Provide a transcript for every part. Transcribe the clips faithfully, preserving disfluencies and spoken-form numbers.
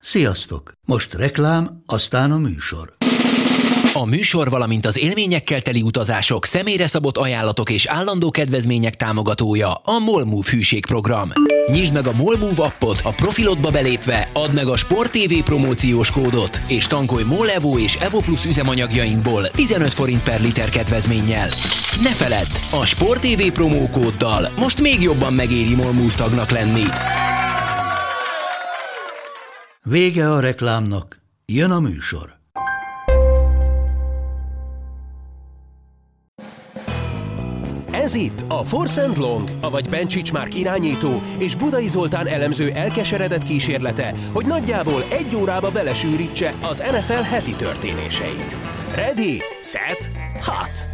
Sziasztok! Most reklám, aztán a műsor. A műsor, valamint az élményekkel teli utazások, személyre szabott ajánlatok és állandó kedvezmények támogatója a MOLMOVE hűségprogram. Nyisd meg a MOLMOVE appot, a profilodba belépve add meg a Sport té vé promóciós kódot, és tankolj MOL Evo és Evo Plus üzemanyagjainkból tizenöt forint per liter kedvezménnyel. Ne feledd, a Sport té vé promókóddal most még jobban megéri MOLMOVE tagnak lenni. Vége a reklámnak, jön a műsor. Ez itt a Force and Long, avagy Bencsics Márk irányító és Budai Zoltán elemző elkeseredett kísérlete, hogy nagyjából egy órába belesűrítse az en ef el heti történéseit. Ready, set, hot!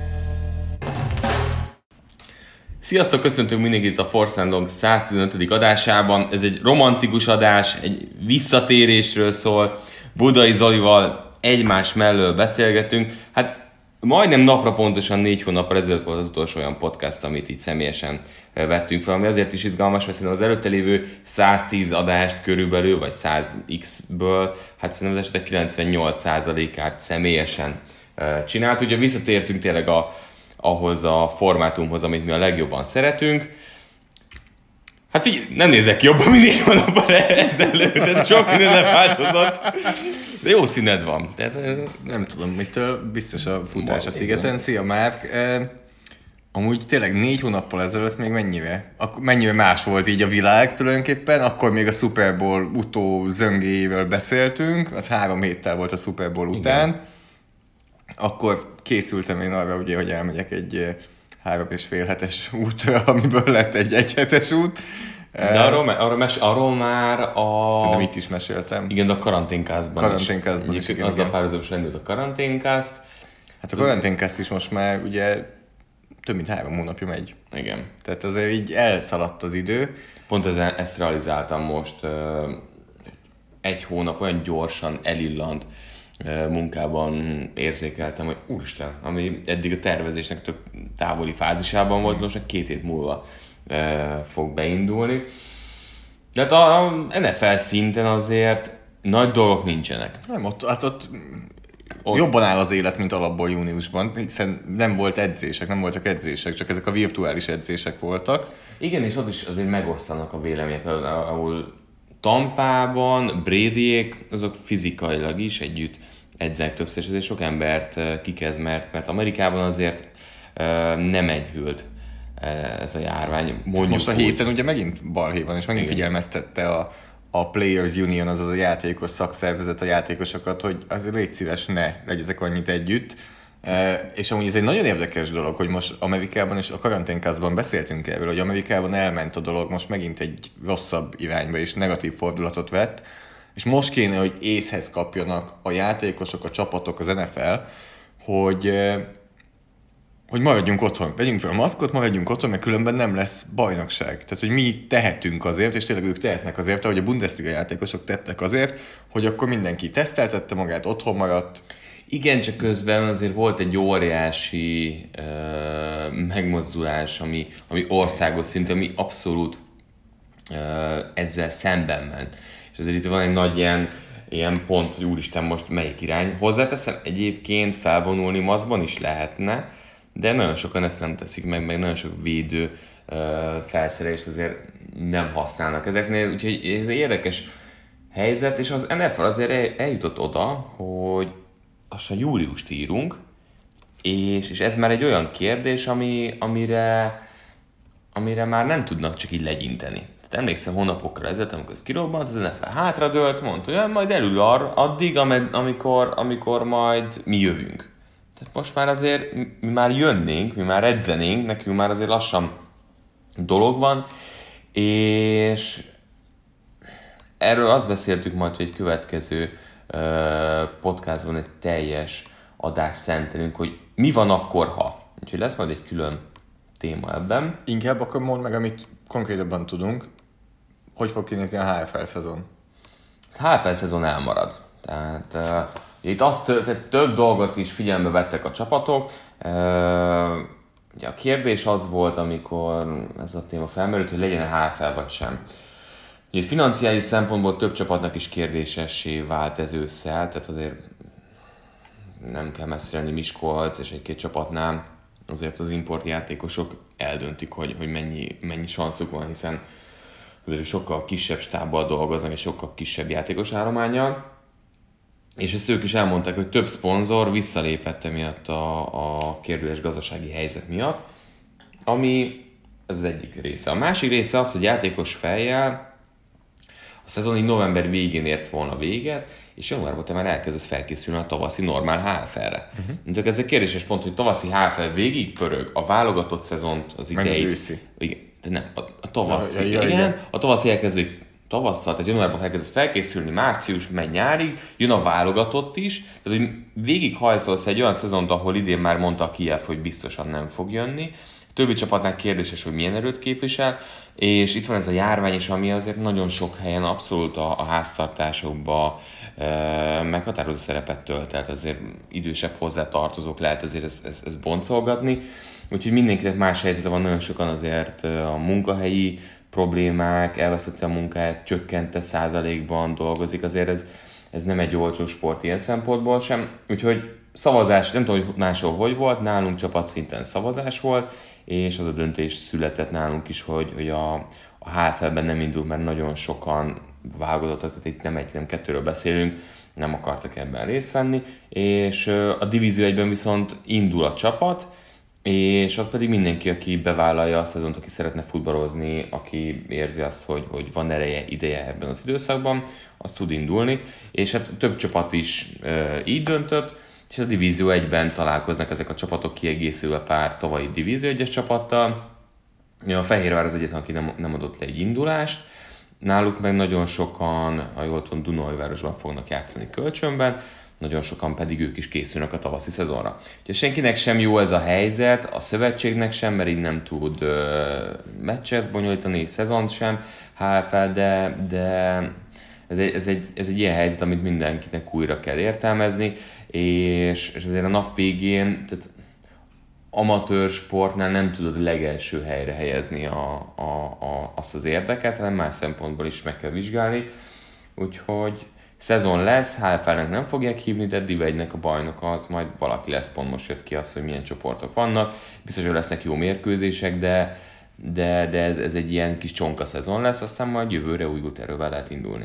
Sziasztok, köszöntünk mindenkit a Force and Long száztizenötödik adásában. Ez egy romantikus adás, egy visszatérésről szól. Budai Zolival egymás mellől beszélgetünk. Hát majdnem napra pontosan négy hónappal ezelőtt volt az utolsó olyan podcast, amit így személyesen vettünk fel, ami azért is izgalmas, mert szerintem az előtte lévő száztíz adást körülbelül, vagy száz x-ből, hát szerintem az esetek kilencvennyolc százalékát személyesen csinált. Ugye visszatértünk tényleg a, ahhoz a formátumhoz, amit mi a legjobban szeretünk. Hát figyelj, nem nézek jobban, mint négy hónappal ezelőtt, tehát sok minden nem változott. De jó színed van. Tehát, nem tudom, mitől biztos a futás a szigeten. Szia Márk! Amúgy tényleg négy hónappal ezelőtt még mennyire? Akkor mennyire más volt így a világ tulajdonképpen? Akkor még a Super Bowl utó zöngéjével beszéltünk, az három héttel volt a Super Bowl után. Igen. Akkor készültem én arra, ugye, hogy elmegyek egy három és fél hetes útra, amiből lett egy egyhetes út. De arról, arról, mes, arról már a... Szerintem itt is meséltem. Igen, de a karanténkázban Karanténkázban is. is. Azzal párhuzamosan indult a karanténkázt. Hát a karanténkázt is most már ugye több mint három hónapja megy. Igen. Tehát azért így elszaladt az idő. Pont ezen, ezt realizáltam most. Egy hónap olyan gyorsan elillant munkában érzékeltem, hogy úristen, ami eddig a tervezésnek tök távoli fázisában volt, most már két hét múlva fog beindulni. De hát a en ef el szinten azért nagy dolgok nincsenek. Nem, ott, hát ott, ott jobban áll az élet, mint alapból júniusban, hiszen nem volt edzések, nem voltak edzések, csak ezek a virtuális edzések voltak. Igen, és ott is azért megosztanak a vélemények, ahol Tampában Bradyék, azok fizikailag is együtt edzenek többször, és azért sok embert kikezd, mert, mert Amerikában azért nem enyhült ez a járvány. Mondjuk most a héten úgy, ugye megint balhé van, és megint igen, figyelmeztette a, a Players Union, azaz a játékos szakszervezet a játékosokat, hogy azért légy szíves, ne legyetek annyit együtt. E, és amúgy ez egy nagyon érdekes dolog, hogy most Amerikában, és a karanténkázban beszéltünk erről, hogy Amerikában elment a dolog, most megint egy rosszabb irányba és negatív fordulatot vett, és most kéne, hogy észhez kapjanak a játékosok, a csapatok, az en ef el, hogy, hogy maradjunk otthon, vegyünk fel a maszkot, maradjunk otthon, mert különben nem lesz bajnokság. Tehát, hogy mi tehetünk azért, és tényleg ők tehetnek azért, ahogy a Bundesliga játékosok tettek azért, hogy akkor mindenki teszteltette magát, otthon maradt. Igen, csak közben azért volt egy óriási uh, megmozdulás, ami, ami országos szintű, ami abszolút uh, ezzel szemben ment. És azért itt van egy nagy ilyen, ilyen pont, hogy úristen, most melyik irány. Hozzáteszem, egyébként felvonulni maszkban is lehetne, de nagyon sokan ezt nem teszik meg, meg nagyon sok védő uh, felszerelést azért nem használnak ezeknél. Úgyhogy ez egy érdekes helyzet, és az en ef el azért eljutott oda, hogy lassan júliust írunk, és, és ez már egy olyan kérdés, ami, amire, amire már nem tudnak csak így legyinteni. Tehát emlékszem hónapokkal ezelőtt, amikor ez kirobbant, az en ef el hátradőlt, mondta, hogy majd elül arra, addig, amikor, amikor majd mi jövünk. Tehát most már azért mi már jönnénk, mi már edzenénk, nekünk már azért lassan dolog van, és erről azt beszéltük majd, hogy egy következő podcastban egy teljes adást szentelünk, hogy mi van akkor, ha. Úgyhogy lesz majd egy külön téma ebben. Inkább akkor mondd meg, amit konkrétabban tudunk, hogy fog kinézni a há ef el szezon. A há ef el szezon elmarad. Tehát uh, itt azt, tehát több dolgot is figyelembe vettek a csapatok. Uh, ugye a kérdés az volt, amikor ez a téma felmerült, hogy legyen a há ef el vagy sem. Ugye financiális szempontból több csapatnak is kérdésessé vált ez ősszel, tehát azért nem kell messzire lenni Miskolc és egy-két csapatnál, azért az importjátékosok eldöntik, hogy, hogy mennyi, mennyi sanszuk van, hiszen azért sokkal kisebb stábbal dolgoznak és sokkal kisebb játékos állománnyal. És ezt ők is elmondták, hogy több szponzor visszalépett emiatt a, a kérdőes gazdasági helyzet miatt, ami ez az egyik része. A másik része az, hogy játékos fejjel a szezon így november végén ért volna véget, és januárban te már elkezdesz felkészülni a tavaszi normál há ef el-re. Uh-huh. Mondjuk ez egy kérdéses pont, hogy tavaszi há ef el végig pörög, a válogatott szezont az idejét. Igen, de nem, a, a tavaszi, ja, ja, ja, igen, a tavaszi elkezdődik tavasszal, tehát januárban felkezdesz felkészülni, március, megy nyárig, jön a válogatott is, tehát hogy végig hajszolsz egy olyan szezont, ahol idén már mondta a Kijev, hogy biztosan nem fog jönni. A többi csapatnál kérdéses, hogy milyen erőt képvisel, és itt van ez a járvány is, ami azért nagyon sok helyen abszolút a, a háztartásokba e, meghatározó szerepet tölt, tehát azért idősebb hozzátartozók lehet azért ezt, ezt, ezt boncolgatni, úgyhogy mindenkinek más helyzete van, nagyon sokan azért a munkahelyi problémák, elvesztette a munkáját, csökkentett százalékban dolgozik, azért ez, ez nem egy olcsó sport ilyen szempontból sem, úgyhogy szavazás, nem tudom, hogy máshol hogy volt, nálunk csapatszinten szavazás volt, és az a döntés született nálunk is, hogy, hogy a, a há ef el-ben nem indul, mert nagyon sokan válogatottak, tehát itt nem egy, nem kettőről beszélünk, nem akartak ebben részt venni, és a Divízió egyben viszont indul a csapat, és ott pedig mindenki, aki bevállalja a szezont, aki szeretne futballozni, aki érzi azt, hogy, hogy van ereje, ideje ebben az időszakban, az tud indulni, és hát több csapat is e, így döntött, és a Divízió egyben találkoznak ezek a csapatok kiegészülve pár tavalyi Divízió egyes csapattal. A Fehérvár az egyetlen, aki nem, nem adott le egy indulást, náluk meg nagyon sokan, ha jól tudom, Dunaújvárosban fognak játszani kölcsönben, nagyon sokan pedig ők is készülnek a tavaszi szezonra. Úgyhogy senkinek sem jó ez a helyzet, a szövetségnek sem, mert így nem tud ö, meccset bonyolítani, szezont sem, há ef el, de, de ez, egy, ez, egy, ez egy ilyen helyzet, amit mindenkinek újra kell értelmezni, és, és azért a nap végén, tehát amatőr sportnál nem tudod legelső helyre helyezni a, a, a, azt az érdeket, hanem más szempontból is meg kell vizsgálni, úgyhogy szezon lesz, há ef el-nek nem fogják hívni, de Div egynek a bajnok az, majd valaki lesz, pont most jött ki az, hogy milyen csoportok vannak. Biztos, hogy lesznek jó mérkőzések, de, de, de ez, ez egy ilyen kis csonka szezon lesz, aztán majd jövőre új erővel lehet indulni.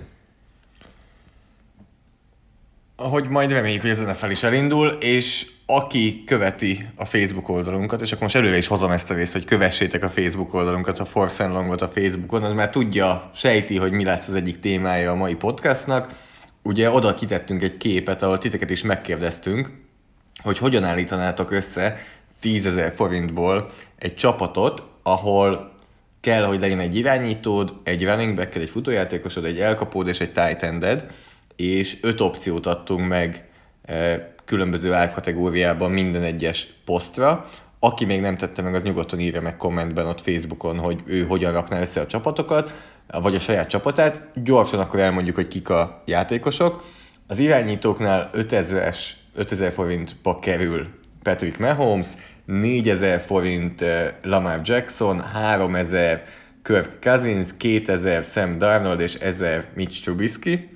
Ahogy majd reméljük, hogy az en ef el is elindul, és aki követi a Facebook oldalunkat, és akkor most előre is hozom ezt a részt, hogy kövessétek a Facebook oldalunkat, a Force and Longot a Facebookon, az már tudja, sejti, hogy mi lesz az egyik témája a mai podcastnak. Ugye oda kitettünk egy képet, ahol titeket is megkérdeztünk, hogy hogyan állítanátok össze tízezer forintból egy csapatot, ahol kell, hogy legyen egy irányítód, egy running backed, egy futójátékosod, egy elkapód és egy tight ended, és öt opciót adtunk meg e, különböző árkategóriában minden egyes posztra. Aki még nem tette meg, az nyugodtan írja meg kommentben ott Facebookon, hogy ő hogyan rakná össze a csapatokat, vagy a saját csapatát. Gyorsan akkor elmondjuk, hogy kik a játékosok. Az irányítóknál ötezer forintba kerül Patrick Mahomes, négyezer forint Lamar Jackson, háromezer Kirk Cousins, kétezer Sam Darnold és ezer Mitch Trubisky.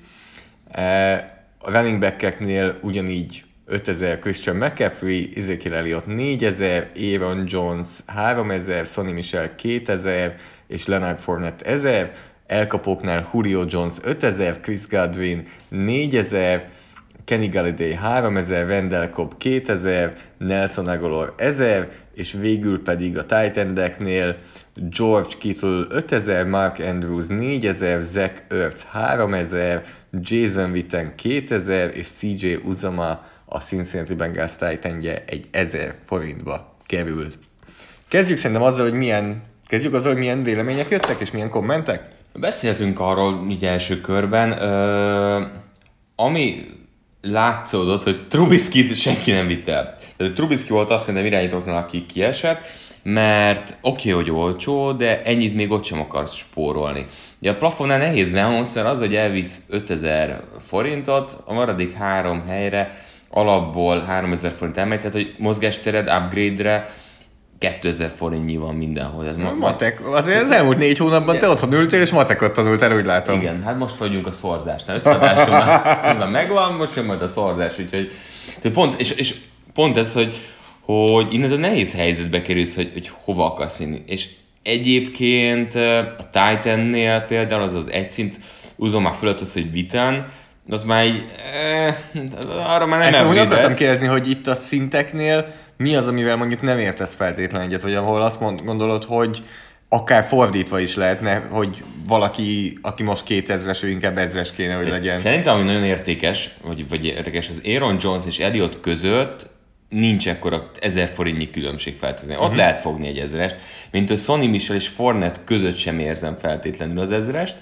A running back-eknél ugyanígy ötezer Christian McCaffrey, Ezekiel Elliott négyezer, Aaron Jones háromezer, Sonny Michel kétezer és Leonard Fournette ezer, elkapóknál Julio Jones ötezer, Chris Godwin négyezer, Kenny Galladay háromezer, Randall Cobb kétezer, Nelson Agholor ezer, és végül pedig a tight endeknél George Kittle ötezer, Mark Andrews négyezer, Zach Ertz háromezer, Jason Witten kétezer, és cé jé Uzomah a Cincinnati Bengals tight endje egy ezer forintba került. Kezdjük szerintem azzal, hogy milyen, kezdjük azzal, hogy milyen vélemények jöttek, és milyen kommentek? Beszéltünk arról így első körben, ö, ami látszódott, hogy Trubiskit senki nem vitt el. Tehát Trubisky volt azt szerintem irányítóknál, aki kiesett, mert oké, okay, hogy olcsó, de ennyit még ott sem akar spórolni. Ugye a plafonnál nehéz Mahomes, mert az, hogy elvisz ötezer forintot, a maradék három helyre alapból háromezer forint elmegy, tehát hogy mozgástéred upgrade-re kétezer forintnyi van mindenhol. Ez ma, matek. Azért az elmúlt négy hónapban te otthon ültél, és matekot tanultál, úgy látom. Igen, hát most vagyunk a szorzásnál. Összeadáson már megvan, most jön majd a szorzás, úgyhogy pont, és, és pont ez, hogy, hogy innentől nehéz helyzetbe kerülsz, hogy, hogy hova akarsz vinni. És egyébként a Titannél például az az egy szint úzom már fölött az, hogy Viten, az már így, eh, arra már nem emlékszem. Ezt akartam kérdezni, hogy itt a szinteknél mi az, amivel mondjuk nem értesz feltétlenül egyet, vagy ahol azt mond, gondolod, hogy akár fordítva is lehetne, hogy valaki, aki most kétezres, ő inkább ezres kéne, hogy legyen. Szerintem, ami nagyon értékes, vagy, vagy érdekes, az Aaron Jones és Elliott között nincs ekkora ezer forintnyi különbség feltétlenül. Ott uh-huh. lehet fogni egy ezrest, mint hogy Sonny Michel és Fournette között sem érzem feltétlenül az ezrest.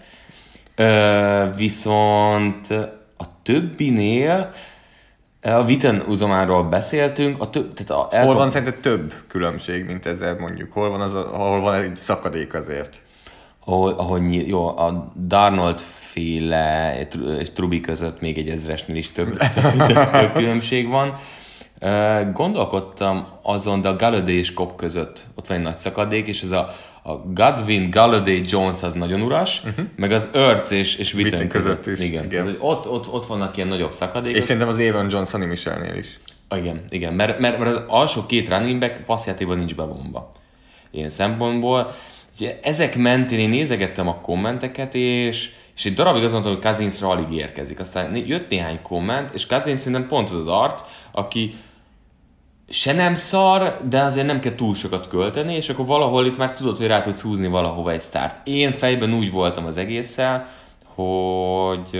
Uh, viszont a többinél a Viten uzomáról beszéltünk, a több, tehát a elkap... Hol van szerinted több különbség, mint ezzel mondjuk? Hol van, az a, hol van egy szakadék azért? Ahol, ahol nyíl, jó, a Darnold féle és Truby között még egy ezresnél is több, több, több, több különbség van. Uh, gondolkodtam azon, de a Galladay és Cobb között ott van egy nagy szakadék, és ez a, a Godwin, Galladay, Jones az nagyon uras, uh-huh. meg az Ertz és, és Witten között, között is. Igen. igen. Az, ott, ott, ott vannak ilyen nagyobb szakadékok. És szerintem az Aaron Jones, Sonny Michelnél is. Igen, igen, mert, mert, mert az alsó két running back passzjátékban nincs bevonva. Ilyen szempontból. Ugye, ezek mentén én nézegettem a kommenteket, és és egy darabig azt mondtam, hogy Cousinsra alig érkezik. Aztán jött néhány komment, és Cousins szerintem pont az az arc, aki se nem szar, de azért nem kell túl sokat költeni, és akkor valahol itt már tudod, hogy rá tudsz húzni valahova egy sztárt. Én fejben úgy voltam az egésszel, hogy,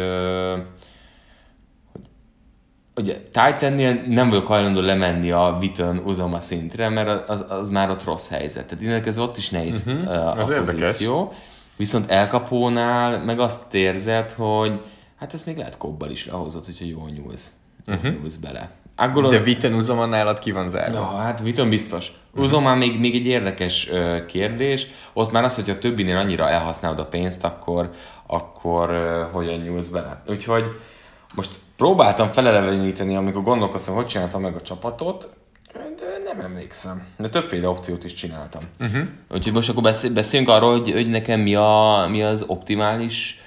hogy, hogy Titannél nem vagyok hajlandó lemenni a Witten uzama szintre, mert az, az már ott rossz helyzet. Tehát innen kezdve ott is nehéz uh-huh, a, a pozíció. Érdekes. Viszont El Capónál meg azt érzed, hogy hát ezt még lehet Cobbal is lehozott, hogyha jól nyúlsz, uh-huh. nyúlsz bele. Aggolod... De Witten uzoma nálad ki van zárva? Ja, hát Witten biztos. Uzoma uh-huh. még, még egy érdekes uh, kérdés. Ott már az, hogyha a többinél annyira elhasználod a pénzt, akkor, akkor uh, hogyan nyúlsz bele. Úgyhogy most próbáltam feleleveníteni, amikor gondolkoztam, hogy csináltam meg a csapatot, de nem emlékszem. De többféle opciót is csináltam. Uh-huh. Úgyhogy most akkor beszél, beszéljünk arról, hogy, hogy nekem mi, a, mi az optimális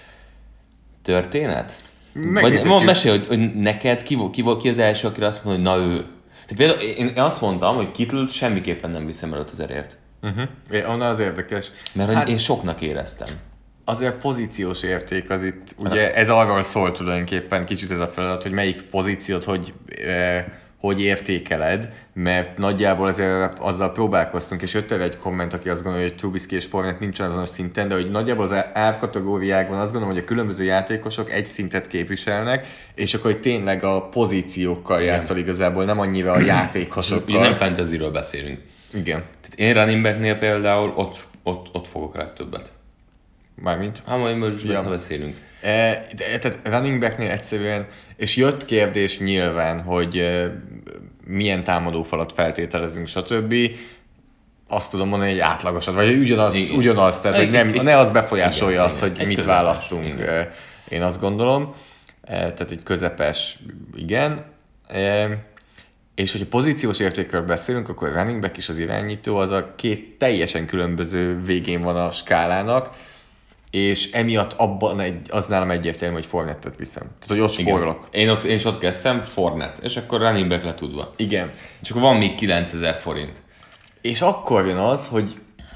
történet? Vagy mesélj, hogy, hogy neked ki, ki, ki az első, akire azt mondja, hogy na ő. Tehát például én azt mondtam, hogy Kittle semmiképpen nem viszem előtt az erért. Uh-huh. Onnan az érdekes. Mert hát, én soknak éreztem. Azért pozíciós érték az itt, ugye ez arról szól tulajdonképpen kicsit ez a feladat, hogy melyik pozíciót, hogy... Eh, hogy értékeled, mert nagyjából azért azzal próbálkoztunk, és jött el egy komment, aki azt gondolja, hogy Trubisky és Fournette nincsen azonos szinten, de hogy nagyjából az árkategóriákban azt gondolom, hogy a különböző játékosok egy szintet képviselnek, és akkor tényleg a pozíciókkal játszol igazából, nem annyira a játékosokkal. Ugye nem fantasyről beszélünk. Igen. Tehát én running backnél például ott, ott, ott fogok rá többet. Mármint? Hát majd most ja. beszélünk. E, de, tehát running backnél egyszerűen, és jött kérdés nyilván, hogy e, milyen támadófalat feltételezünk, stb. Azt tudom mondani, hogy átlagosat, vagy ugyanaz, igen. ugyanaz tehát hogy nem, ne az befolyásolja igen, azt, igen. hogy egy mit közepes, választunk. Igen. Én azt gondolom. E, tehát egy közepes, igen. E, és hogyha pozíciós értékről beszélünk, akkor a running back és az irányító az a két teljesen különböző végén van a skálának, és emiatt abban egy, az nálam egyértelmű, hogy Fournette-et viszem. Tehát, hogy ott spórolok. Én ott, én is ott kezdtem, Fournette, és akkor running back letudva. Igen. És akkor van még kilencezer forint. És akkor jön az, hogy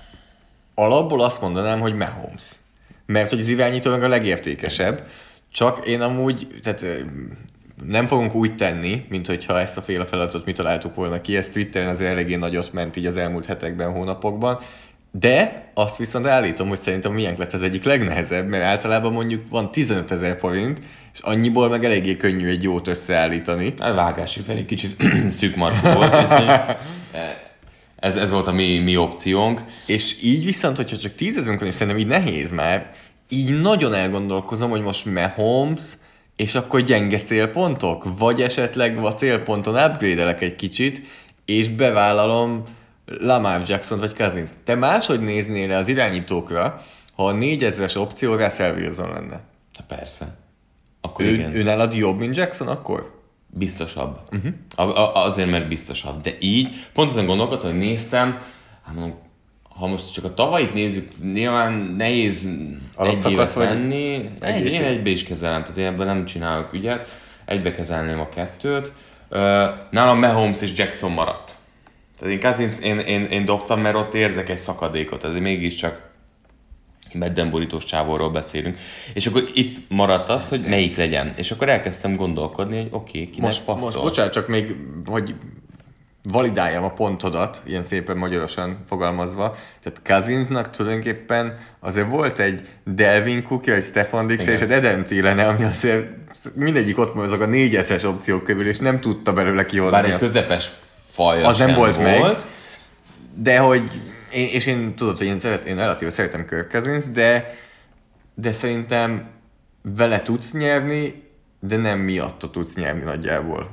alapból azt mondanám, hogy Mahomes. Mert hogy az irányító meg a legértékesebb, csak én amúgy, tehát nem fogunk úgy tenni, mint hogyha ezt a féle feladatot mi találtuk volna ki, ez Twitteren azért eléggé nagyot ment így az elmúlt hetekben, hónapokban, de azt viszont állítom, hogy szerintem milyen lett az egyik legnehezebb, mert általában mondjuk van tizenötezer forint, és annyiból meg eléggé könnyű egy jót összeállítani. A vágási felé kicsit szűk markú volt. Ez, ez volt a mi, mi opciónk. És így viszont, hogyha csak tízezünk van, és szerintem így nehéz már, így nagyon elgondolkozom, hogy most Mahomes, és akkor gyenge célpontok, vagy esetleg a célponton upgrade-elek egy kicsit, és bevállalom Lamar Jackson vagy Cousins. Te máshogy néznél le az irányítókra, ha a négyezres opció Russell Wilson lenne? Persze. Akkor ő, igen. Ő nálad jobb, mint Jackson akkor? Biztosabb. Uh-huh. A, a, azért, mert biztosabb. De így, pont azon gondolkodtam, hogy néztem, Hát mondom, ha most csak a tavait nézzük, nyilván nehéz egy évet venni. Egy, én egybe is kezelem, tehát én ebben nem csinálok ügyet. Egybe kezelném a kettőt. Uh, nálam Mahomes és Jackson maradt. Tehát én Cousins én, én, én dobtam, mert ott érzek egy szakadékot, ezért mégiscsak meddenborítós csávóról beszélünk. És akkor itt maradt az, hogy melyik legyen. És akkor elkezdtem gondolkodni, hogy oké, okay, kinek most, passzol. Most bocsánat, csak még, hogy validáljam a pontodat, ilyen szépen magyarosan fogalmazva. Tehát Cousinsnak tulajdonképpen azért volt egy Delvin Cook, egy Stefon Diggs és egy Adam Thielen, ami azért mindegyik ott mozog a négyeszes opciók körül, és nem tudta belőle kihozni. Bár egy közepes faja az sem nem volt, volt meg, de hogy én, és én tudod, hogy én, szeret, én relatíve szeretem Kirk Cousins, de, de szerintem vele tudsz nyerni, de nem miatta tudsz nyerni nagyjából.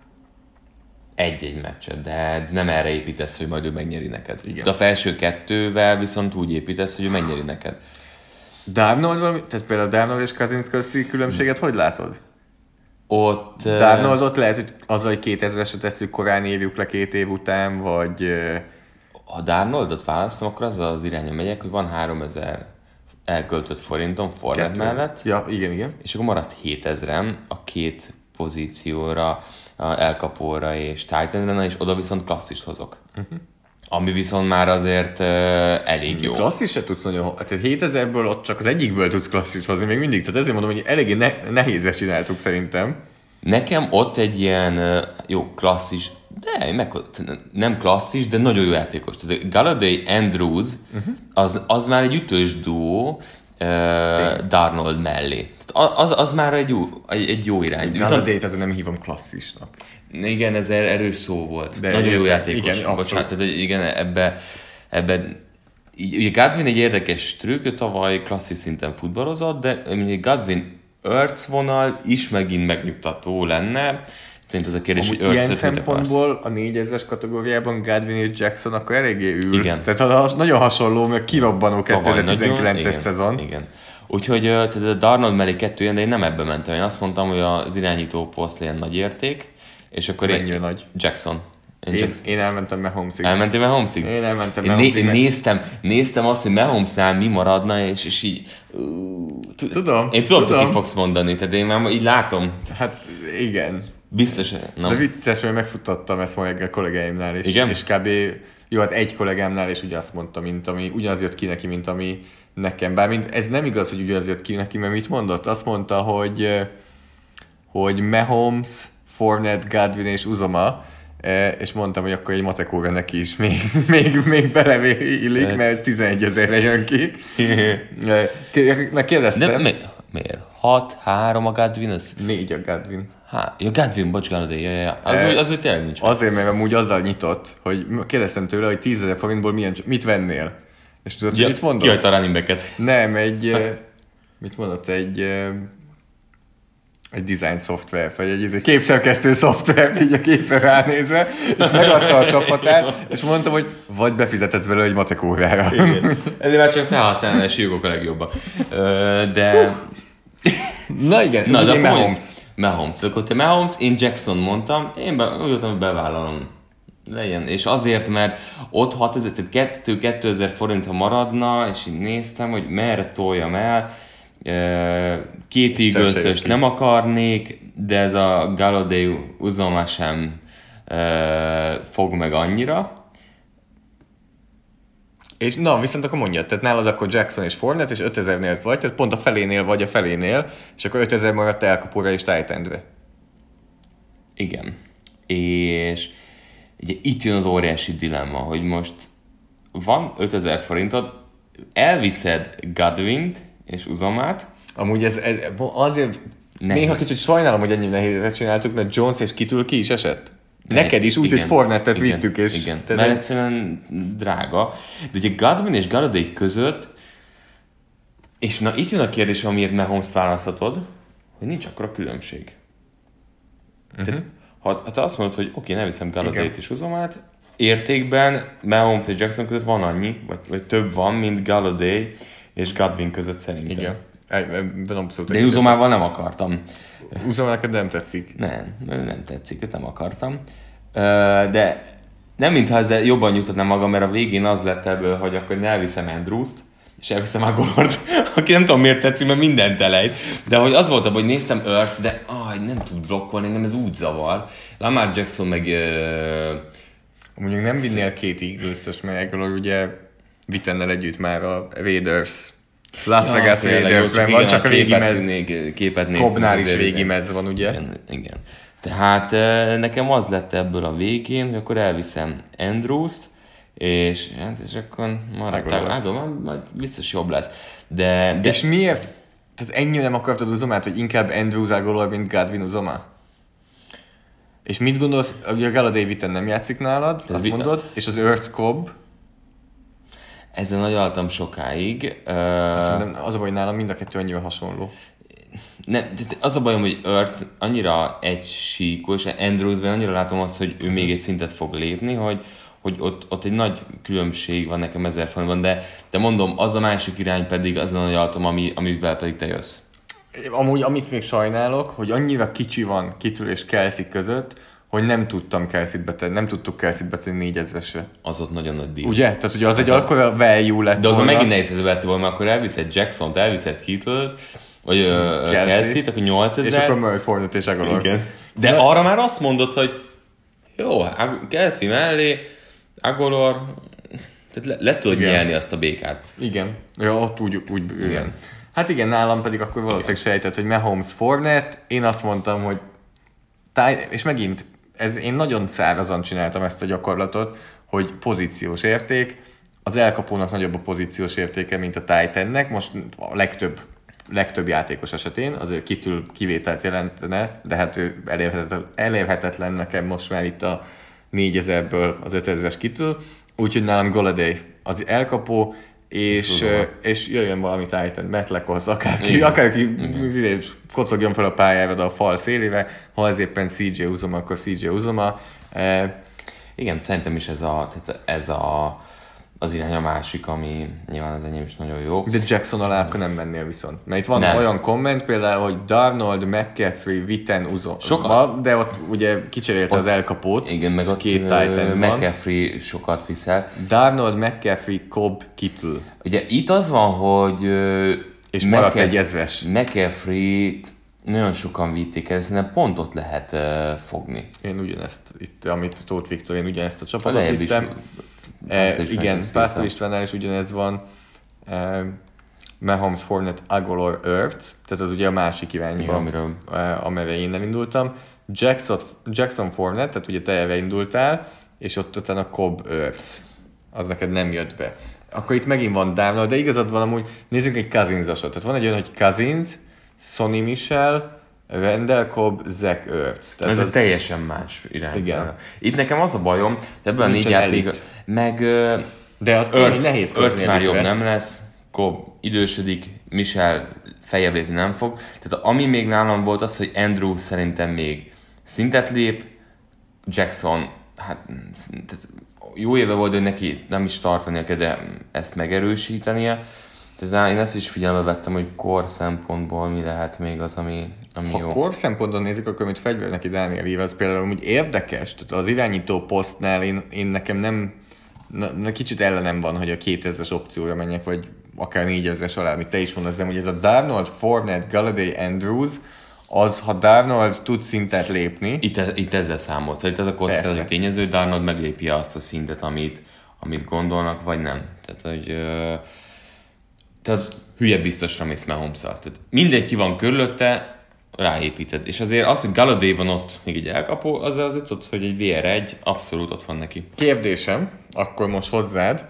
Egy-egy meccset, de nem erre építesz, hogy majd ő megnyeri neked. Igen. De a felső kettővel viszont úgy építesz, hogy ő megnyeri neked. Darnold, tehát például Darnold és Cousins közti különbséget hogy látod? Ott... Darnoldot lehet, hogy azzal, hogy kétezresre tesszük, korán írjuk le két év után, vagy... Ha Darnoldot választom, akkor azzal az irányon megyek, hogy van háromezer elköltött forintom Fournette mellett. Ja, igen, igen. És akkor maradt hétezren a két pozícióra, a elkapóra és Titanre, és oda viszont klasszist hozok. Uh-huh. Ami viszont már azért uh, elég jó. Klasszis se tudsz nagyon... Hát hétezerből ott csak az egyikből tudsz klasszist hozni még mindig. Tehát ezért mondom, hogy eléggé ne- nehézre csináltuk szerintem. Nekem ott egy ilyen uh, jó klasszis, de meg, nem klasszis, de nagyon jó játékos. Tehát Galladay Andrews, uh-huh. az, az már egy ütős duó uh, Darnold mellé. Az, az már egy jó, egy, egy jó irány. Galladayt azért nem hívom klasszisnak. Igen, ez erős szó volt. De nagyon jó értem, játékos. Igen, bocsánat, tehát igen, ebbe, ebbe ugye Godwin egy érdekes trükk, ő tavaly klasszis szinten futballozott, de mondjuk Godwin Ertz vonal is megint megnyugtató lenne. Mint az a kérdés, amúgy hogy ilyen szempontból a négyezres kategóriában Godwin és Jackson akkor eléggé ül. Igen. Tehát az nagyon hasonló, mert kirobbanó kétezer-tizenkilences szezon. Igen. Úgyhogy tehát a Darnold mellé kettő ilyen, de én nem ebbe mentem. Én azt mondtam, hogy az irányító poszt legyen nagy érték, és akkor mennyire én... nagy? Jackson. Én, én, én elmentem Mahomesig. Elmentél Mahomesig? Én elmentem én, Mahomesig. Én, én néztem, néztem azt, hogy Mahomesnál mi maradna, és, és így... Uh, tudom. Én tudom, tudom. hogy ki fogsz mondani, tehát én már így látom. Hát igen. Biztos, nem. De vicces, mert megfuttattam ezt ma reggel kollégáimnál, és, Igen? és kb. Jó, hát egy kollégámnál is ugye azt mondta, mint ami, ugyanaz jött ki neki, mint ami nekem. Bármint ez nem igaz, hogy ugyanaz jött ki neki, mert mit mondott? Azt mondta, hogy, hogy Mahomes, Fournette, Godwin és Uzoma, és mondtam, hogy akkor egy matek óra neki is még, még, még beleillik, mert ez tizenegy ezerre jön ki. Megkérdeztem. De mi, miért? hat, három a Godwin, az? négy a Godwin. Há, ja, Godwin, bocs, Galladay, ja, ja, ja. Az, E, az, az tényleg nincs. Azért, mert amúgy azzal nyitott, hogy kérdeztem tőle, hogy tízezer forintból milyen, mit vennél? És tudod, ja, mit mondott? Kihagyta a running backet. Nem, egy, mit mondott, egy, egy design szoftver, vagy egy, egy képszerkesztő szoftvert, így a képen ránézve, és megadta a csapatát, és mondtam, hogy vagy befizetett vele egy matek órára. Igen. Ezért már csak felhasználási jogok a legjobban. De... Na igen, Na, de én Mahomes. Mahomes. Akkor te Mahomes, én Jackson mondtam, én be, úgy voltam, hogy bevállalom. Legyen. És azért, mert ott hatezer, tehát kétezer forint, ha maradna, és így néztem, hogy merre toljam el, két Eagles-öst nem akarnék, de ez a Galladay Uzoma sem fog meg annyira. És na, viszont akkor mondjad, tehát nálad akkor Jackson és Fournette, és ötezernél vagy, tehát pont a felénél vagy a felénél, és akkor ötezer maradt elkapóra és tight endre. Igen. És ugye itt jön az óriási dilemma, hogy most van ötezer forintod, elviszed Godwint és Uzomát. Amúgy ez, ez azért nehéz. Néha kicsit sajnálom, hogy ennyi nehézet csináltuk, mert Jones és Kittle ki is esett. Neked is úgy, igen, hogy Fournette-et igen, vittük, és... Igen, mert egy... egyszerűen drága. De ugye Godwin és Galladay között, és na itt jön a kérdés, amiért Mahomes-t választhatod, hogy nincs akkora különbség. Uh-huh. Tehát, ha, ha te azt mondod, hogy oké, okay, ne viszem Galladayt és Uzomát, értékben Mahomes és Jackson között van annyi, vagy, vagy több van, mint Galladay és Godwin között szerintem. Igen. Ebben abszolút. De Uzomával nem akartam. Uzoma neked nem tetszik? Nem, nem tetszik, őt nem akartam. De nem mintha ezzel jobban nyugtatnám magam, mert a végén az lett ebből, hogy akkor én elviszem Andrews-t, és elviszem Agolort, aki nem tudom miért tetszik, mert mindent elejt. De hogy az volt, hogy néztem Ertz, de ah, nem tud blokkolni, engem ez úgy zavar. Lamar Jackson meg... Uh, Mondjuk nem vinnél két Eagles-ös, mert Agolor ugye vitennel együtt már a Raiders. Las ja, Vegas Raidersben van, csak a végi mez. Képet néztem. Cobbnál is végi mez van, ugye? Igen, igen. Tehát nekem az lett ebből a végén, hogy akkor elviszem Andrews-t, és, hát, és akkor maradtál, azon majd biztos jobb lesz. De, de... És miért? Tehát ennyire nem akartad Uzomát, hogy inkább Andrews Agolor, mint Godwin Uzoma? És mit gondolsz, hogy a Galladay Witten nem játszik nálad, azt Vita... mondod, és az Ertz Cobb? Ezzel nagy altam sokáig. Uh... Szerintem az a baj, hogy nálam mind a kettő annyira hasonló. Ne, az a bajom, hogy Ertz annyira egysíkos, és Andrewsben annyira látom azt, hogy ő még egy szintet fog lépni, hogy, hogy ott, ott egy nagy különbség van nekem ezer fontban, de, de mondom, az a másik irány pedig az a nagy altom, ami, amivel pedig te jössz. Amúgy, amit még sajnálok, hogy annyira kicsi van Kittle és Kelsey között, hogy nem tudtam Kelsey-t betenni, nem tudtuk Kelsey-t betenni négyezresre. Az ott nagyon nagy deal. Ugye? Tehát ugye az, az egy akkora value lett de volna. De megint nehéz ez lett volna, akkor elviszed Jackson-t, elviszed Kittle-t, vagy uh, Kelsey-t, akkor nyolcezer. És akkor Murray Fournette és Agolor. Igen. De, de arra már azt mondod, hogy jó, Kelsey mellé, Agolor, tehát le, le tudod igen. nyelni azt a békát. Igen. Ja, ott úgy, úgy igen. igen. Hát igen, nálam pedig akkor valószínűleg sejtett, hogy Mahomes Fournette. Én azt mondtam, hogy táj... és megint, ez, én nagyon szárazan csináltam ezt a gyakorlatot, hogy pozíciós érték. Az elkapónak nagyobb a pozíciós értéke, mint a Titannek. Most a legtöbb legtöbb játékos esetén, azért Kittle kivételt jelentene, de hát ő elérhetetlen, elérhetetlen nekem most már itt a négyezerből az ötezres Kittle, úgyhogy nálam Golladay az elkapó, és, és jöjjön valami Titan, Matt LaCosse, akárki, akárki kocogjon fel a pályára a fal szélére, ha ez éppen cé jé Uzoma, akkor cé jé Uzoma. Igen, szerintem is ez a, ez a az irány a másik, ami nyilván az enyém is nagyon jó. De Jackson alá akkor nem mennél viszont. Mert itt van nem. olyan komment például, hogy Darnold, McCaffrey, Witten, Uzoma, sokat, de ott ugye kicserélte az elkapót, igen, meg ott két Titan van. McCaffrey sokat viszel. Darnold, McCaffrey, Cobb, Kittle. Ugye itt az van, hogy és maradt egy ezres. McCaffrey-t nagyon sokan vitték el, szerintem pont ott lehet uh, fogni. Én ugyanezt, itt, amit Tóth Viktor, én ugyanezt a csapatot vittem. Eh, igen, Pásztor Istvánnál is ugyanez van. Eh, Mahomes, Fournette, Agolor, Ertz, tehát az ugye a másik irányban, igen, eh, amerre én elindultam. Jackson, Jackson Fournette, tehát ugye te erre indultál, és ott utána a Cobb, Ertz. Az neked nem jött be. Akkor itt megint van Darnold, de igazad van amúgy, nézzünk egy Cousins-osat. Tehát van egy olyan, hogy Cousins, Sonny Michel, Randall Cobb, Zach Ertz. Ez az... teljesen más irány. Igen. Itt nekem az a bajom, de ebből a négy játék, meg de az Ertz, nehéz Ertz már jobb nem lesz, Cobb idősödik, Michel feljebb lépni nem fog. Tehát ami még nálam volt az, hogy Andrew szerintem még szintet lép, Jackson, hát tehát jó éve volt, hogy neki nem is tartania kell, de ezt megerősítenie. Tehát én ezt is figyelembe vettem, hogy kor szempontból mi lehet még az, ami, ami ha jó. Ha kor szempontból nézzük, akkor mint fegyver neki Daniel Evans például úgy érdekes, tehát az irányító posztnál én, én nekem nem, na, kicsit ellenem van, hogy a kétezres opcióra menjek, vagy akár négyezres alá, amit te is mondasz, de hogy ez a Darnold, Fournette, Galladay, Andrews, az, ha Darnold tud szintet lépni... Itt, itt ezzel számolsz, hogy ez a kockázati tényező, Darnold meglépi azt a szintet, amit, amit gondolnak, vagy nem. Tehát, hogy... Tehát hülye biztosra mész Mahomes-szal. Tehát mindegy ki van körülötte, ráépíted. És azért az, hogy Galladay van ott még egy elkapó, az azért ott, hogy egy vé er egy abszolút ott van neki. Kérdésem, akkor most hozzád.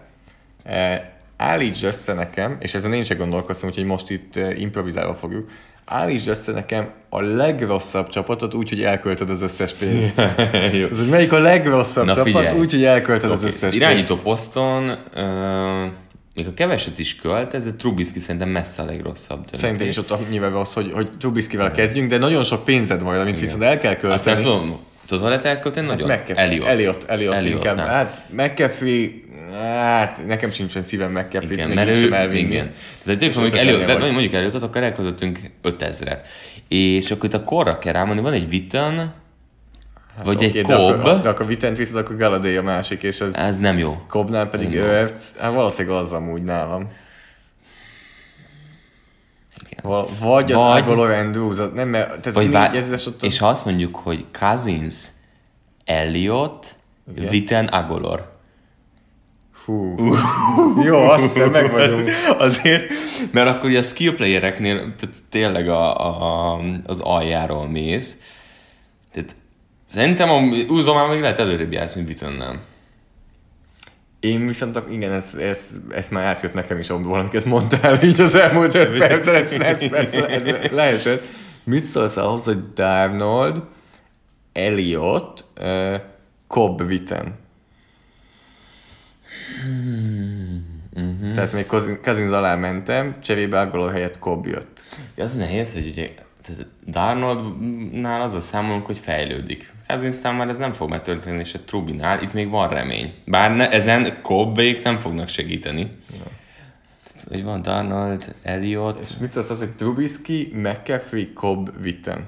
Állítsd össze nekem, és ezen én sem gondolkoztam, úgyhogy most itt improvizálva fogjuk. Állítsd össze nekem a legrosszabb csapatot úgy, hogy elköltöd az összes pénzt. Az, hogy melyik a legrosszabb Na, csapat úgy, hogy elköltöd okay. az összes pénzt. Irányító poszton... Uh... Még a keveset is költ, ez a Trubisky szerintem messze a legrosszabb. Döntés. Szerintem is ott nyilván rossz, hogy, hogy Trubiskyvel kezdjünk, de nagyon sok pénzed van, amit viszont el kell költeni. Aztán tudom, tudod, hol lehet elkölteni? Nagyon? Hát Elliott. Elliott, Elliott, Elliott inkább. Nem. Hát McCaffrey, hát nekem sincsen szívem McCaffrey-t, még így sem elvinni. Igen. Tehát egy mondjuk, Elliott, mondjuk Elliottot, akkor elköltöttünk ötezret. És akkor itt a korra kell rámondani, van egy Witten, Hát vagy okay, egy de Cobb. Akkor, de akkor Vitent viszont, akkor Galladay a másik, és az... Ez nem jó. Cobbnál pedig Öert, hát valószínűleg az amúgy nálam. Val- vagy az vagy, Aguilar Andrews, nem, mert ez vagy vá- ott... és ha azt mondjuk, hogy Cousins, Elliott, igen. Witten, Aguilar. Hú. Jó, azt hiszem, meg vagyunk. Azért, mert akkor ugye a skill playereknél tényleg a, a, az aljáról mész. Tehát szerintem a Uzomán még lehet előrébb jársz, mint Wittennel. Én viszont, igen, ez, ez, ez már átjött nekem is abból, amiket mondtál így az elmúlt öt percben, ez, ez, ez, ez, ez leesett. Mit szólsz ahhoz, hogy Darnold, Elliott, uh, Cobb, Witten? Hmm. Uh-huh. Tehát még Cousins alá mentem, cserébe Aguilar helyett Cobb jött. Az nehéz, hogy ugye Darnoldnál az a számolunk, hogy fejlődik. Cousinsnál már ez nem fog megtörténni, és a Trubinál itt még van remény. Bár ne, ezen Cobbék nem fognak segíteni. Ja. Tehát, hogy van Darnold, Elliott... És mit szólsz az, hogy Trubisky, McCaffrey, Cobb, Witten?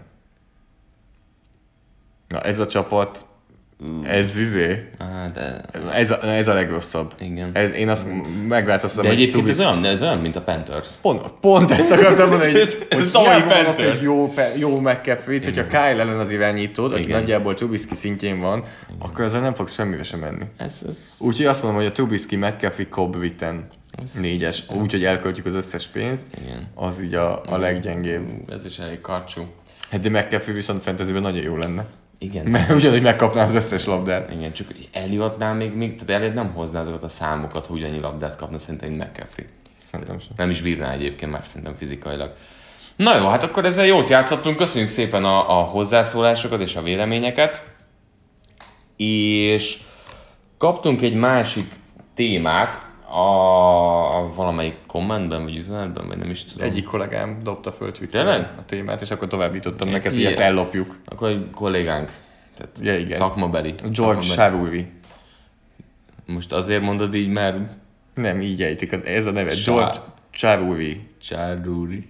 Na ez a csapat... Ez izé. Ah, de... ez, a, ez a legrosszabb. Igen. Ez, én azt megváltoztam. De egyébként ez olyan, ez olyan, mint a Panthers. Pont, pont ezt akartam mondani, hogy, ez, ez, hogy ez hiába van ott egy jó, jó McCaffrey-t, hogyha Kyle ellen az irányítód, aki igen. nagyjából Trubisky szintjén van, igen. akkor ezzel nem fog semmire sem menni. Ez, ez... Úgyhogy azt mondom, hogy a Trubisky, McCaffrey, Cobb, Witten négyes, úgyhogy elköltjük az összes pénzt, igen. az így a, a leggyengébb. Ez is elég karcsú. Hát de McCaffrey viszont fantasyben nagyon jó lenne. Igen. Mert ugyanúgy megkapná az összes labdát. Igen, csak Elliottnál még, még tehát Elliott nem hozná azokat a számokat, hogy annyi labdát kapna szerintem egy McCaffrey. Szerintem sem. Nem is bírná egyébként már szerintem fizikailag. Na jó, hát akkor ezzel jót játszottunk, köszönjük szépen a, a hozzászólásokat és a véleményeket. És kaptunk egy másik témát a, a valamelyik kommentben, vagy üzenetben, vagy nem is tudom. Egyik kollégám dobta föl Twitteren a témát, és akkor továbbítottam neked, hogy ezt ellopjuk. Akkor egy kollégánk, tehát ja, igen. szakmabeli. George Savuri. Most azért mondod így, mert... Nem, így ejtik, ez a neve. George Savuri. Savuri.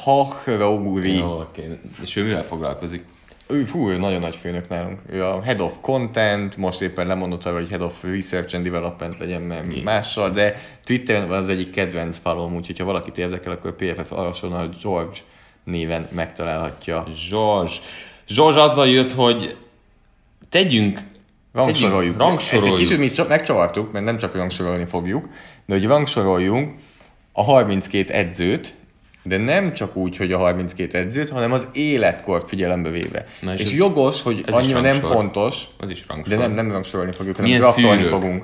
Savuri. Jó, oké. Okay. És ő mivel foglalkozik? Ő, fú, ő nagyon nagy főnök nálunk. Ő a Head of Content, most éppen lemondott arra, hogy Head of Research and Development legyen mert mással, de Twitteren van az egyik kedvenc falom, úgyhogy ha valakit érdekel, akkor pé ef ef alason George néven megtalálhatja. George. George azzal jött, hogy tegyünk... Rangsoroljuk. Rangsoroljuk. Ezt egy kicsit mi megcsavartuk, mert nem csak rangsorolni fogjuk, de hogy rangsoroljunk a harminckét edzőt, de nem csak úgy, hogy a harminckét edzőt, hanem az életkort figyelembe véve. Na és és ez, jogos, hogy annyira nem fontos, ez is de nem, nem rangsorolni fogjuk, hanem milyen draftolni szűrők? Fogunk.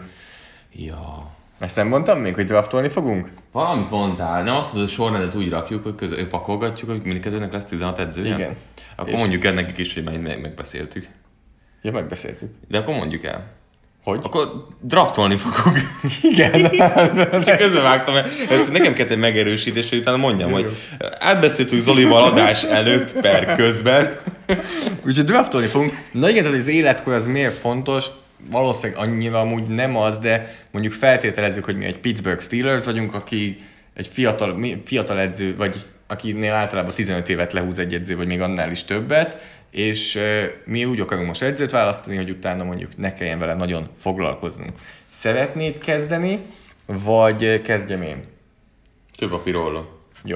Ja. Ezt nem mondtam még, hogy draftolni fogunk? Valamit mondtál. Nem azt mondod, hogy sorrendet úgy rakjuk, hogy közül pakolgatjuk, hogy mindkettőnek lesz tizenhat edzője? Igen. Akkor és mondjuk el nekik is, hogy majd meg, megbeszéltük. Ja, megbeszéltük. De akkor mondjuk el. Hogy? Akkor draftolni fogok. Igen. Csak közben vágtam, ezt nekem kellett egy megerősítés, hogy utána mondjam, hogy átbeszéltük Zolival adás előtt per közben. Úgyhogy draftolni fogunk. Na igen, tehát az életkor az miért fontos? Valószínűleg annyira amúgy nem az, de mondjuk feltételezzük, hogy mi egy Pittsburgh Steelers vagyunk, aki egy fiatal, fiatal edző, vagy akinél általában tizenöt évet lehúz egy edző, vagy még annál is többet, és uh, mi úgy akarunk most edzőt választani, hogy utána mondjuk ne kelljen vele nagyon foglalkoznunk. Szeretnéd kezdeni, vagy kezdjem én? Kőpapírolló. Jó.